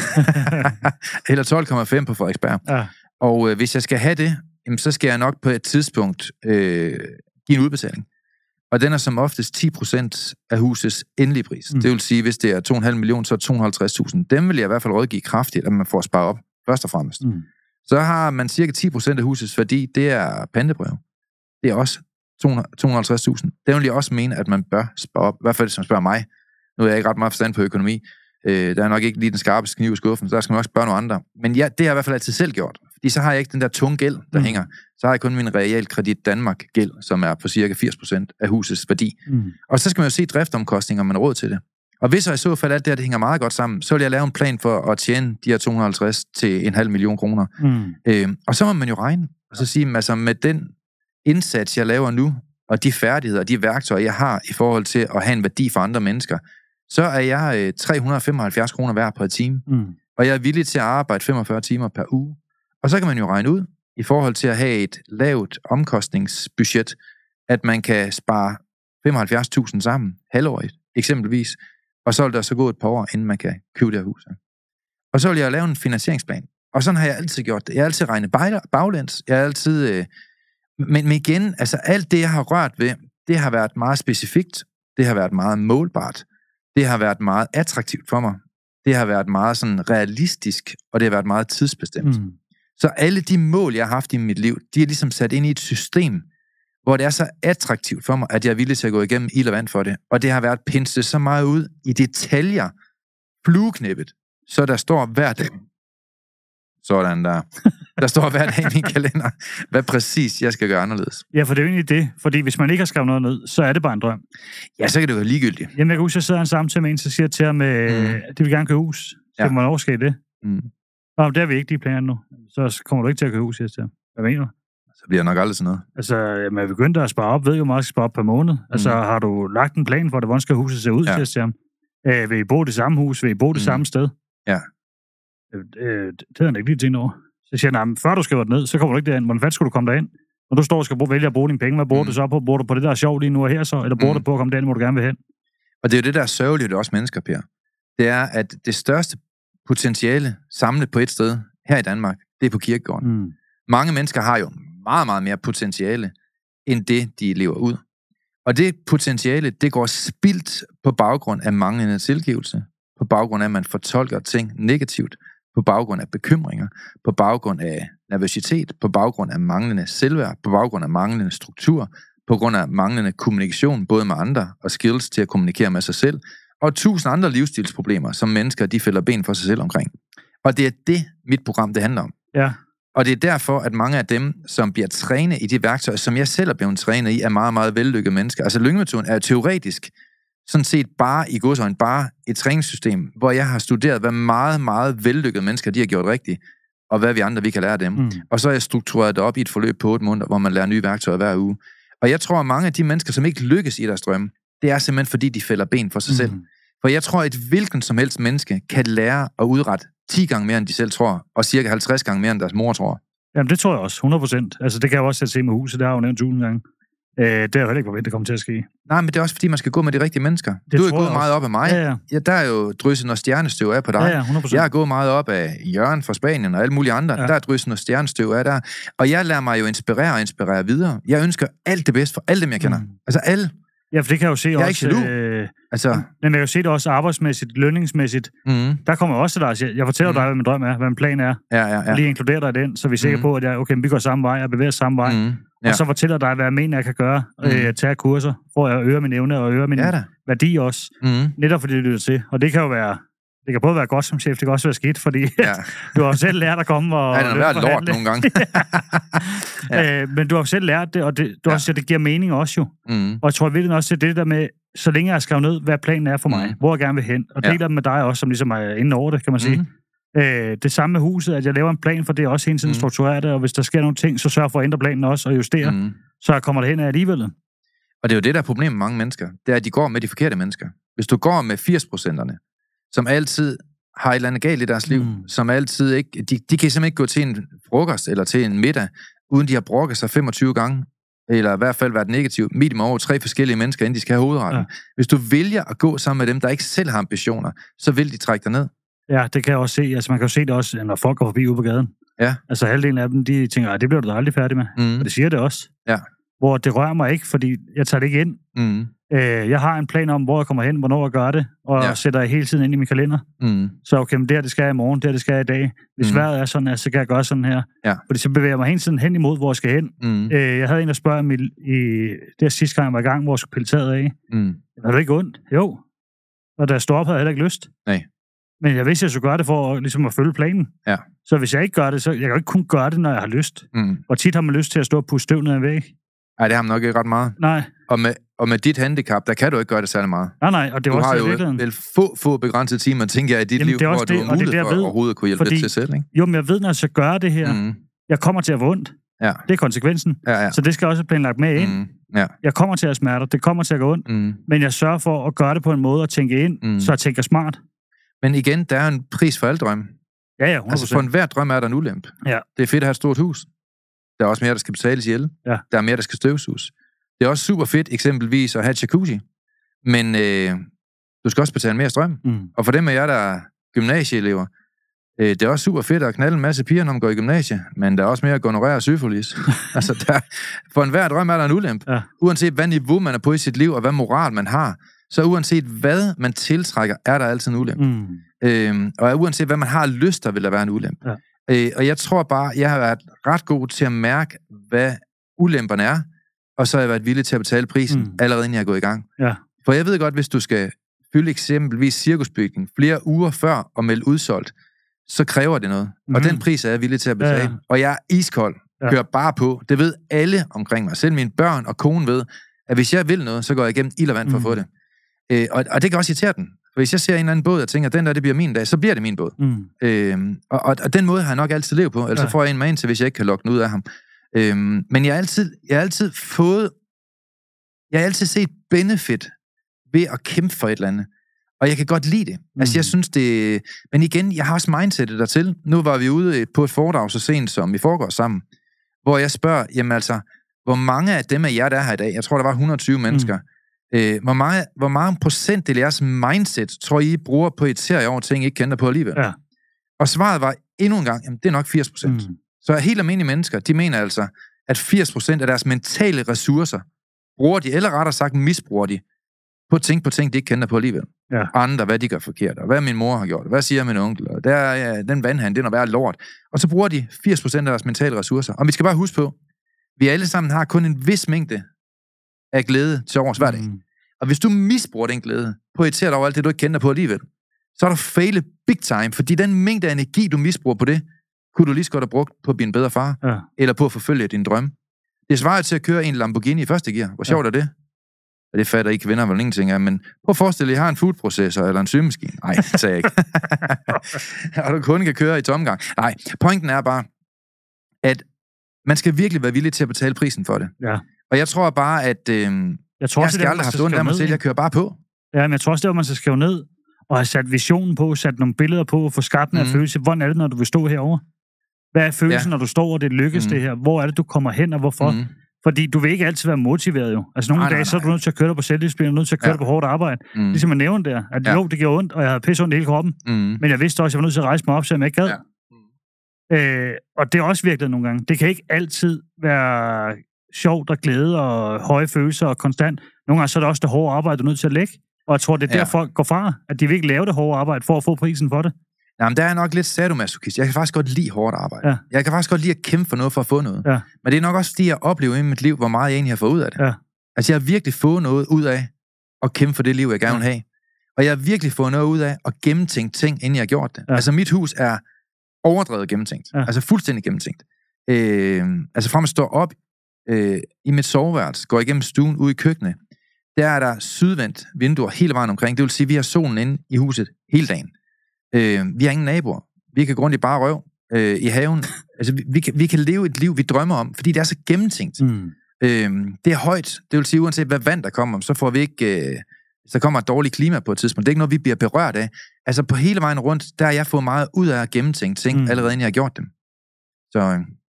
Eller tolv komma fem på Frederiksberg. Ja. Og øh, hvis jeg skal have det, jamen, så skal jeg nok på et tidspunkt øh, give en udbetaling. Og den er som oftest ti procent af husets endelige pris. Mm. Det vil sige, hvis det er to komma fem millioner, så er to hundrede og halvtreds tusind. Dem vil jeg i hvert fald rådgive kraftigt, at man får sparet op, først og fremmest. Mm. Så har man cirka ti procent af husets værdi, det er pantebrev. Det er også to hundrede og halvtreds tusind. Det vil jeg også mene, at man bør spare op. I hvert fald, hvis man spørger mig. Nu er jeg ikke ret meget forstand på økonomi. Øh, der er nok ikke lige den skarpe kniv i skuffen, så der skal man også spørge nogle andre. Men ja, det har jeg i hvert fald altid selv gjort. Fordi så har jeg ikke den der tunge gæld, der mm. hænger. Så har jeg kun min realkredit Danmark gæld, som er på cirka firs procent af husets værdi. Mm. Og så skal man jo se driftomkostninger, om man har råd til det. Og hvis så i så fald alt det her, det hænger meget godt sammen, så vil jeg lave en plan for at tjene de her to hundrede og halvtreds til en halv million kroner. Mm. Øh, og så må man jo regne. Og så sige, altså med den indsats, jeg laver nu, og de færdigheder og de værktøjer, jeg har i forhold til at have en værdi for andre mennesker, så er jeg øh, tre hundrede og femoghalvfjerds kroner hver per time. Mm. Og jeg er villig til at arbejde femogfyrre timer per uge. Og så kan man jo regne ud, i forhold til at have et lavt omkostningsbudget, at man kan spare femoghalvfjerds tusind sammen, halvårigt eksempelvis, og så vil der så gå et par år, inden man kan købe det her hus. Og så vil jeg lave en finansieringsplan. Og sådan har jeg altid gjort det. Jeg har altid regnet baglæns. Jeg har altid... Øh, men, men igen, altså alt det, jeg har rørt ved, det har været meget specifikt. Det har været meget målbart. Det har været meget attraktivt for mig. Det har været meget sådan realistisk, og det har været meget tidsbestemt. Mm. Så alle de mål, jeg har haft i mit liv, de er ligesom sat ind i et system, hvor det er så attraktivt for mig, at jeg er villig til at gå igennem ild og vand for det. Og det har været penslet så meget ud i detaljer, flueknippet, så der står hver dag, sådan der, der står hver dag i min kalender, hvad præcis jeg skal gøre anderledes. Ja, for det er jo egentlig det, fordi hvis man ikke har skrevet noget ned, så er det bare en drøm. Ja, så kan det være ligegyldigt. Jamen, jeg kan huske, at jeg sidder en samtale med en, så siger til ham, at mm. de vil gerne købe hus. Så ja. Kan man overske det. Mm. Nå, det er vi ikke de planer nu. Så kommer du ikke til at købe hus, siger jeg. Hvad mener du? Så bliver nok aldrig sådan noget. Altså, man er begyndt at spare op, ved jo meget, at spare op per måned. Mm. Altså, har du lagt en plan for det, hvordan skal huset se ud, ja. Siger jeg. Øh, vil I bo det samme hus? Vil I bo det mm. samme sted? Ja. Øh, det havde han ikke lige tænkt over. Så siger han, før du skriver det ned, så kommer du ikke derind. Hvordan fanden skulle du komme derind? Når du står og skal bruge, vælge at bruge dine penge, hvad bruger mm. du så på? Bruger du på det, der er sjovt lige nu og her så? Eller bruger mm. du på at komme derind, hvor du gerne vil hen? Og det er jo det, der er sørgeligt, det er også mennesker, Per. Det er, at det største potentiale samlet på et sted her i Danmark, det er på kirkegården. Mm. Mange mennesker har jo meget, meget mere potentiale, end det, de lever ud. Og det potentiale, det går spildt på baggrund af manglende tilgivelse, på baggrund af, at man fortolker ting negativt, på baggrund af bekymringer, på baggrund af nervøsitet, på baggrund af manglende selvværd, på baggrund af manglende struktur, på grund af manglende kommunikation, både med andre og skills til at kommunikere med sig selv, og tusind andre livsstilsproblemer, som mennesker, de fælder ben for sig selv omkring. Og det er det, mit program, det handler om. Ja. Og det er derfor, at mange af dem, som bliver trænet i de værktøjer, som jeg selv er blevet trænet i, er meget, meget vellykkede mennesker. Altså lyngemetoden er teoretisk sådan set bare i godsøjne, bare et træningssystem, hvor jeg har studeret, hvad meget, meget vellykkede mennesker, de har gjort rigtigt, og hvad vi andre, vi kan lære dem. Mm. Og så er jeg struktureret det op i et forløb på otte måneder, hvor man lærer nye værktøjer hver uge. Og jeg tror, at mange af de mennesker, som ikke lykkes i deres drømme, det er simpelthen, fordi de fælder ben for sig mm. selv. For jeg tror, at et hvilken som helst menneske kan lære at udrette ti gange mere, end de selv tror, og cirka halvtreds gange mere, end deres mor tror. Jamen, det tror jeg også, hundrede procent. Altså, det kan jeg også se med huset, det har jeg jo nævnt tusind gange. Øh, det er jo heller ikke, hvor det kommer til at ske. Nej, men det er også, fordi man skal gå med de rigtige mennesker. Det du er gået meget op af mig. Ja, ja. Ja, der er jo drysset og stjernestøv af på dig. Ja, ja, hundrede procent. Jeg har gået meget op af Jørgen fra Spanien og alle mulige andre. Ja. Der er drysset og stjernestøv af der. Og jeg lader mig jo inspirere og inspirere videre. Jeg ønsker alt det bedste for alle dem, jeg kender. Mm. Altså alle. Ja, for det kan jeg jo se jeg også... Øh, altså... Men jeg kan jo se det også arbejdsmæssigt, lønningsmæssigt. Mm. Der kommer også til dig, jeg fortæller mm. dig, hvad min drøm er, hvad min plan er. Ja, ja, ja. Lige inkluderer dig i den, så vi er sikre mm. på, at jeg, okay, vi går samme vej, og bevæger os samme vej. Mm. Ja. Og så fortæller dig, hvad jeg mener, jeg kan gøre. Mm. Øh, tage kurser, for at øge min evne og øge min ja, værdi også. Mm. Netop fordi det lytter til. Og det kan jo være Det kan både være godt som chef, det kan også være skidt, fordi ja. du har jo selv lært at komme og... Ja, det har været lort nogle gange. ja. øh, men du har jo selv lært det, og det, du ja. også, det giver mening også jo. Mm. Og jeg tror virkelig også, det er det der med, så længe jeg har skrevet ned, hvad planen er for mig, mm. hvor jeg gerne vil hen, og deler ja. dem med dig også, som ligesom er inde over det, kan man sige. Mm. Øh, det samme med huset, at jeg laver en plan for det, også hele tiden mm. strukturerer det, og hvis der sker nogle ting, så sørger for at ændre planen også, og justere, mm. så kommer det hen af alligevel. Og det er jo det, der er problemet med mange mennesker, det er, at de går med de forkerte mennesker. Hvis du går med firs procenterne, som altid har et eller andet galt i deres liv, mm. som altid ikke... De, de kan simpelthen ikke gå til en frokost eller til en middag, uden de har brokket sig femogtyve gange, eller i hvert fald været negativ, minimum over tre forskellige mennesker, inden de skal have hovedretten. Ja. Hvis du vælger at gå sammen med dem, der ikke selv har ambitioner, så vil de trække dig ned. Ja, det kan jeg også se. Altså, man kan jo se det også, når folk går forbi ude på gaden. Ja. Altså, halvdelen af dem, de tænker, det bliver du da aldrig færdig med. Mm. Og det siger det også. Ja. Hvor det rører mig ikke, fordi jeg tager det ikke ind. Mm. Øh, jeg har en plan om, hvor jeg kommer hen, hvornår jeg gør det, og ja. sætter jeg hele tiden ind i min kalender. Mm. Så okay, men det her, det skal jeg i morgen, det her, det skal jeg i dag. Hvis mm. vejret er sådan her, så kan jeg gøre sådan her. Ja. Fordi så bevæger jeg mig hele tiden hen imod, hvor jeg skal hen. Mm. Øh, jeg havde en, der spørger mig i det her sidste gang, jeg var i gang, hvor jeg skulle pille taget af. Mm. Var det ikke ondt? Jo. Og da jeg stod op, havde jeg heller ikke lyst. Nej. Men jeg vidste, at jeg skulle gøre det for ligesom at følge planen. Ja. Så hvis jeg ikke gør det, så jeg kan jo ikke kun gøre det, når jeg har lyst. Mm. Og tit har man lyst til at stå og puste støv ned ad en væg. Nej, det har man nok ikke ret meget. Nej. Og med, og med dit handicap, der kan du ikke gøre det særlig meget. Nej, nej, og det er også det virkeligheden. Du har jo vel få, få begrænsede timer, tænker jeg, i dit Jamen, liv, hvor det, du har mulighed for ved, overhovedet at kunne hjælpe lidt til selv, ikke? Jo, men jeg ved, når jeg skal gøre det her, mm. jeg kommer til at få ondt. Ja. Det er konsekvensen. Ja, ja. Så det skal også planlagt med ind. Mm. Ja. Jeg kommer til at smerte, det kommer til at gå ondt, mm. men jeg sørger for at gøre det på en måde og tænke ind, mm. så jeg tænker smart. Men igen, der er en pris for alle drømme. Ja, ja, hundrede procent. Altså for enhver drøm er der en ulempe. Ja. Det er fedt at have et stort hus. Der er også mere, der skal betales ihjel. Ja. Der er mere, der skal støvsuges. Det er også super fedt eksempelvis at have et jacuzzi. Men øh, du skal også betale mere strøm. Mm. Og for dem af jer, der er gymnasieelever, øh, det er også super fedt at knalde en masse piger, når man går i gymnasie. Men der er også mere at gonorrhea og syfilis. altså, der, for enhver drøm er der en ulempe. Ja. Uanset hvad niveau man er på i sit liv, og hvad moral man har, så uanset hvad man tiltrækker, er der altid en ulempe. Mm. Øhm, og uanset hvad man har lyst, der vil der være en ulempe. Ja. Øh, og jeg tror bare, jeg har været ret god til at mærke, hvad ulemperne er, og så har jeg været villig til at betale prisen, mm. allerede inden jeg er gået i gang. Ja. For jeg ved godt, hvis du skal fylde eksempelvis cirkusbygning flere uger før og melde udsolgt, så kræver det noget. Mm. Og den pris er jeg villig til at betale. Ja, ja. Og jeg er iskold. Ja. Kører bare på. Det ved alle omkring mig. Selv mine børn og kone ved, at hvis jeg vil noget, så går jeg igennem ild og vand for mm. at få det. Øh, og, og det kan også irritere den. For hvis jeg ser en eller anden båd og tænker, at den der, det bliver min dag, så bliver det min båd. Mm. Øhm, og, og, og den måde har jeg nok altid levet på. Ellers ja. så får jeg en med ind til, hvis jeg ikke kan lokke den ud af ham. Øhm, men jeg har altid, jeg har altid fået, jeg har altid set benefit ved at kæmpe for et eller andet. Og jeg kan godt lide det. Mm. Altså, jeg synes det... Men igen, jeg har også mindsetet dertil. Nu var vi ude på et foredrag så sent som i forgårs sammen, hvor jeg spørger, jamen altså, hvor mange af dem af jer, der er her i dag, jeg tror, der var et hundrede og tyve mennesker, mm. øh, hvor, mange, hvor mange procentdel af jeres mindset, tror I, I bruger på et serie over ting, I ikke kender på alligevel? Ja. Og svaret var endnu en gang, jamen, det er nok firs procent. Mm. Så helt almindelige mennesker, de mener altså, at firs procent af deres mentale ressourcer bruger de, eller rettere sagt misbruger de, på at tænke på ting, de ikke kender på alligevel. Ja. Andre, hvad de gør forkert, og hvad min mor har gjort, hvad siger min onkel, og der er ja, den vandhand, det er noget værd lort. Og så bruger de firs procent af deres mentale ressourcer. Og vi skal bare huske på, vi alle sammen har kun en vis mængde af glæde til års hverdag. Mm. Og hvis du misbruger den glæde, på et over alt det, du ikke kender på alligevel, så er du failet big time, fordi den mængde af energi, du misbruger på det, kunne du lige så godt have brugt på at blive en bedre far, ja. Eller på at forfølge din drøm. Det svarer til at køre en Lamborghini i første gear. Hvor sjovt ja. Er det? Og det fatter ikke kvinder, vel ingenting af, men prøv at forestille dig, at I har en foodprocessor eller en symaskine. Nej, det sagde jeg ikke. Og du kun kan køre i tomgang. Nej, pointen er bare, at man skal virkelig være villig til at betale prisen for det. Ja. Og jeg tror bare, at øh, jeg, tror jeg skal det, aldrig have ondt af mig selv, jeg kører bare på. Ja, men jeg tror også, det var, man skal skrive ned og have sat visionen på, sat nogle billeder på, få skabt en mm. følelse. Hvordan er det, når du vil stå herovre? Hvad er følelsen, ja. Når du står, og det lykkes mm. det her? Hvor er det, du kommer hen, og hvorfor? Mm. Fordi du vil ikke altid være motiveret jo. Altså nogle nej, dage, nej, nej. Så er du nødt til at køre dig på selvdisciplin, du er nødt til at køre ja. Dig på hårdt arbejde. Mm. Ligesom jeg nævnte der, at ja. Jo, det gjorde ondt, og jeg havde pisse ondt i hele kroppen. Mm. Men jeg vidste også, at jeg var nødt til at rejse mig op, selvom jeg ikke gad. Ja. Mm. Øh, og det er også virkelig nogle gange. Det kan ikke altid være sjovt og glæde og høje følelser og konstant. Nogle gange så er det også det hårde arbejde, du er nødt til at lægge. Og jeg tror, det er der, ja. Folk går fra, at de vil ikke lave det hårde arbejde for at få prisen for det. Jamen, der er nok lidt sadomasochist. Jeg kan faktisk godt lide hårdt arbejde. Ja. Jeg kan faktisk godt lide at kæmpe for noget for at få noget. Ja. Men det er nok også fordi, jeg oplever i mit liv, hvor meget jeg egentlig har fået ud af det. Ja. Altså, jeg har virkelig fået noget ud af at kæmpe for det liv, jeg gerne vil have. Og jeg har virkelig fået noget ud af at gennemtænke ting, inden jeg har gjort det. Ja. Altså, mit hus er overdrevet gennemtænkt. Ja. Altså, fuldstændig gennemtænkt. Øh, altså, fra man står op øh, i mit soveværelse, går igennem stuen, ud i køkkenet, der er der sydvendt vinduer hele vejen omkring. Det vil sige, at vi har solen inde i huset hele dagen. Øh, vi har ingen naboer. Vi kan gå rundt i bare røv øh, i haven. Altså, vi, vi, kan, vi kan leve et liv, vi drømmer om, fordi det er så gennemtænkt. Mm. Øh, det er højt. Det vil sige, uanset hvad vand der kommer, så får vi ikke... Øh, så kommer et dårligt klima på et tidspunkt. Det er ikke noget, vi bliver berørt af. Altså, på hele vejen rundt, der har jeg fået meget ud af at gennemtænke ting, mm. allerede inden jeg har gjort dem. Så... Øh.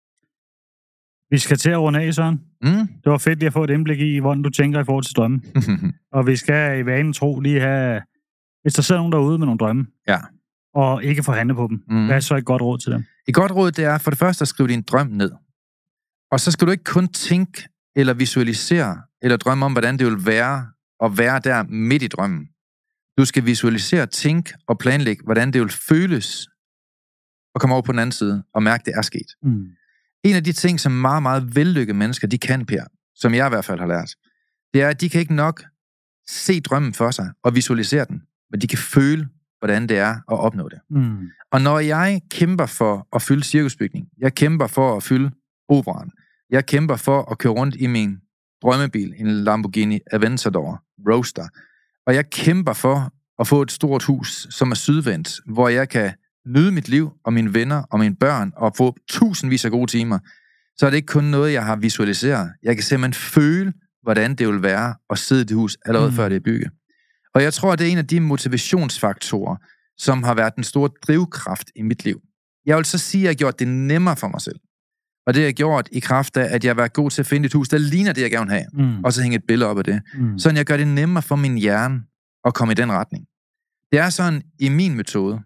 Vi skal til at runde af, Søren. Mm. Det var fedt lige at få et indblik i, hvordan du tænker i forhold til drømme. Og vi skal i vanen tro lige have... Hvis der sidder nogen derude med nogle drømme, ja. og ikke får handle på dem, mm. hvad er så et godt råd til dem? Et godt råd, det er for det første at skrive din drøm ned. Og så skal du ikke kun tænke, eller visualisere, eller drømme om, hvordan det vil være, at være der midt i drømmen. Du skal visualisere, tænke og planlægge, hvordan det vil føles, at komme over på den anden side, og mærke, det er sket. Mm. En af de ting, som meget, meget vellykkede mennesker, de kan, Per, som jeg i hvert fald har lært, det er, at de kan ikke nok se drømmen for sig og visualisere den, men de kan føle, hvordan det er at opnå det. Mm. Og når jeg kæmper for at fylde cirkusbygning, jeg kæmper for at fylde operan, jeg kæmper for at køre rundt i min drømmebil, en Lamborghini Aventador Roadster, og jeg kæmper for at få et stort hus, som er sydvendt, hvor jeg kan nyde mit liv og mine venner og mine børn og få tusindvis af gode timer, så er det ikke kun noget, jeg har visualiseret. Jeg kan simpelthen føle, hvordan det vil være at sidde i det hus, allerede mm. før det er bygget. Og jeg tror, det er en af de motivationsfaktorer, som har været den store drivkraft i mit liv. Jeg vil så sige, at jeg har gjort det nemmere for mig selv. Og det har jeg gjort i kraft af, at jeg har været god til at finde et hus, der ligner det, jeg gerne vil have. Mm. Og så hænge et billede op af det. Mm. Så jeg gør det nemmere for min hjerne at komme i den retning. Det er sådan, i min metode,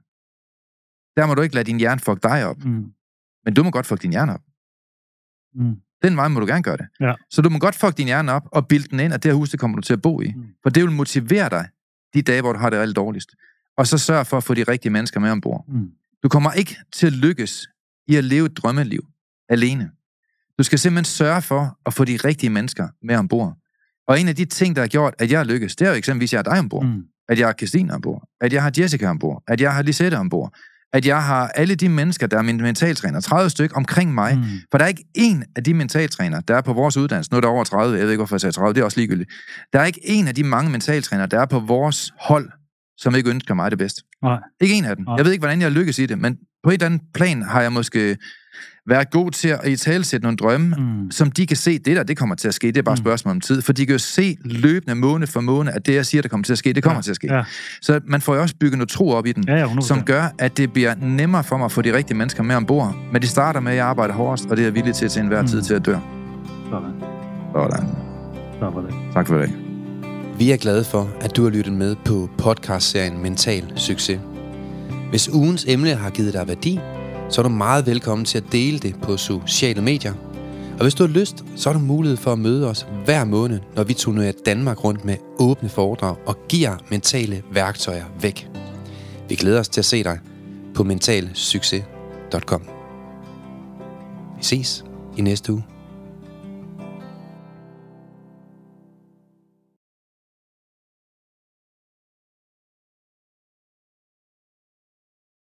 der må du ikke lade din hjerne fuck dig op. Mm. Men du må godt fuck din hjerne op. Mm. Den vej må du gerne gøre det. Ja. Så du må godt fuck din hjerne op og bilde den ind, at det her hus, det kommer du til at bo i. Mm. For det vil motivere dig de dage, hvor du har det rigtig dårligst. Og så sørg for at få de rigtige mennesker med ombord. Mm. Du kommer ikke til at lykkes i at leve et drømmeliv alene. Du skal simpelthen sørge for at få de rigtige mennesker med ombord. Og en af de ting, der har gjort, at jeg lykkes, det er jo eksempelvis, at jeg har dig ombord. Mm. At jeg har Christine ombord. At jeg har Jessica ombord. At jeg har Lisette ombord. At jeg har alle de mennesker, der er mine mentaltræner, tredive stykker omkring mig. Mm. For der er ikke én af de mentaltræner, der er på vores uddannelse. Nu er der over tredive, jeg ved ikke, hvorfor jeg sagde tredive, det er også ligegyldigt. Der er ikke én af de mange mentaltræner, der er på vores hold, som ikke ønsker mig det bedste. Nej. Ikke en af dem. Nej. Jeg ved ikke, hvordan jeg lykkes i det, men på et eller andet plan har jeg måske været god til at italesætte nogle drømme, mm. som de kan se, det der, det kommer til at ske. Det er bare et spørgsmål om tid, for de kan jo se løbende måned for måned, at det, jeg siger, der kommer til at ske, det kommer ja. til at ske. Ja. Så man får jo også bygget noget tro op i den, ja, ja, som gør, at det bliver nemmere for mig at få de rigtige mennesker med ombord. Men det starter med, at jeg arbejder hårdest, og det er jeg villig til til enhver mm. tid til at dø. Sådan. Sådan. Tak for det. Tak for det. Vi er glade for, at du har lyttet med på podcastserien Mental Succes. Hvis ugens emne har givet dig værdi, så er du meget velkommen til at dele det på sociale medier. Og hvis du har lyst, så har du mulighed for at møde os hver måned, når vi turnerer Danmark rundt med åbne foredrag og giver mentale værktøjer væk. Vi glæder os til at se dig på mental succes punktum com. Vi ses i næste uge.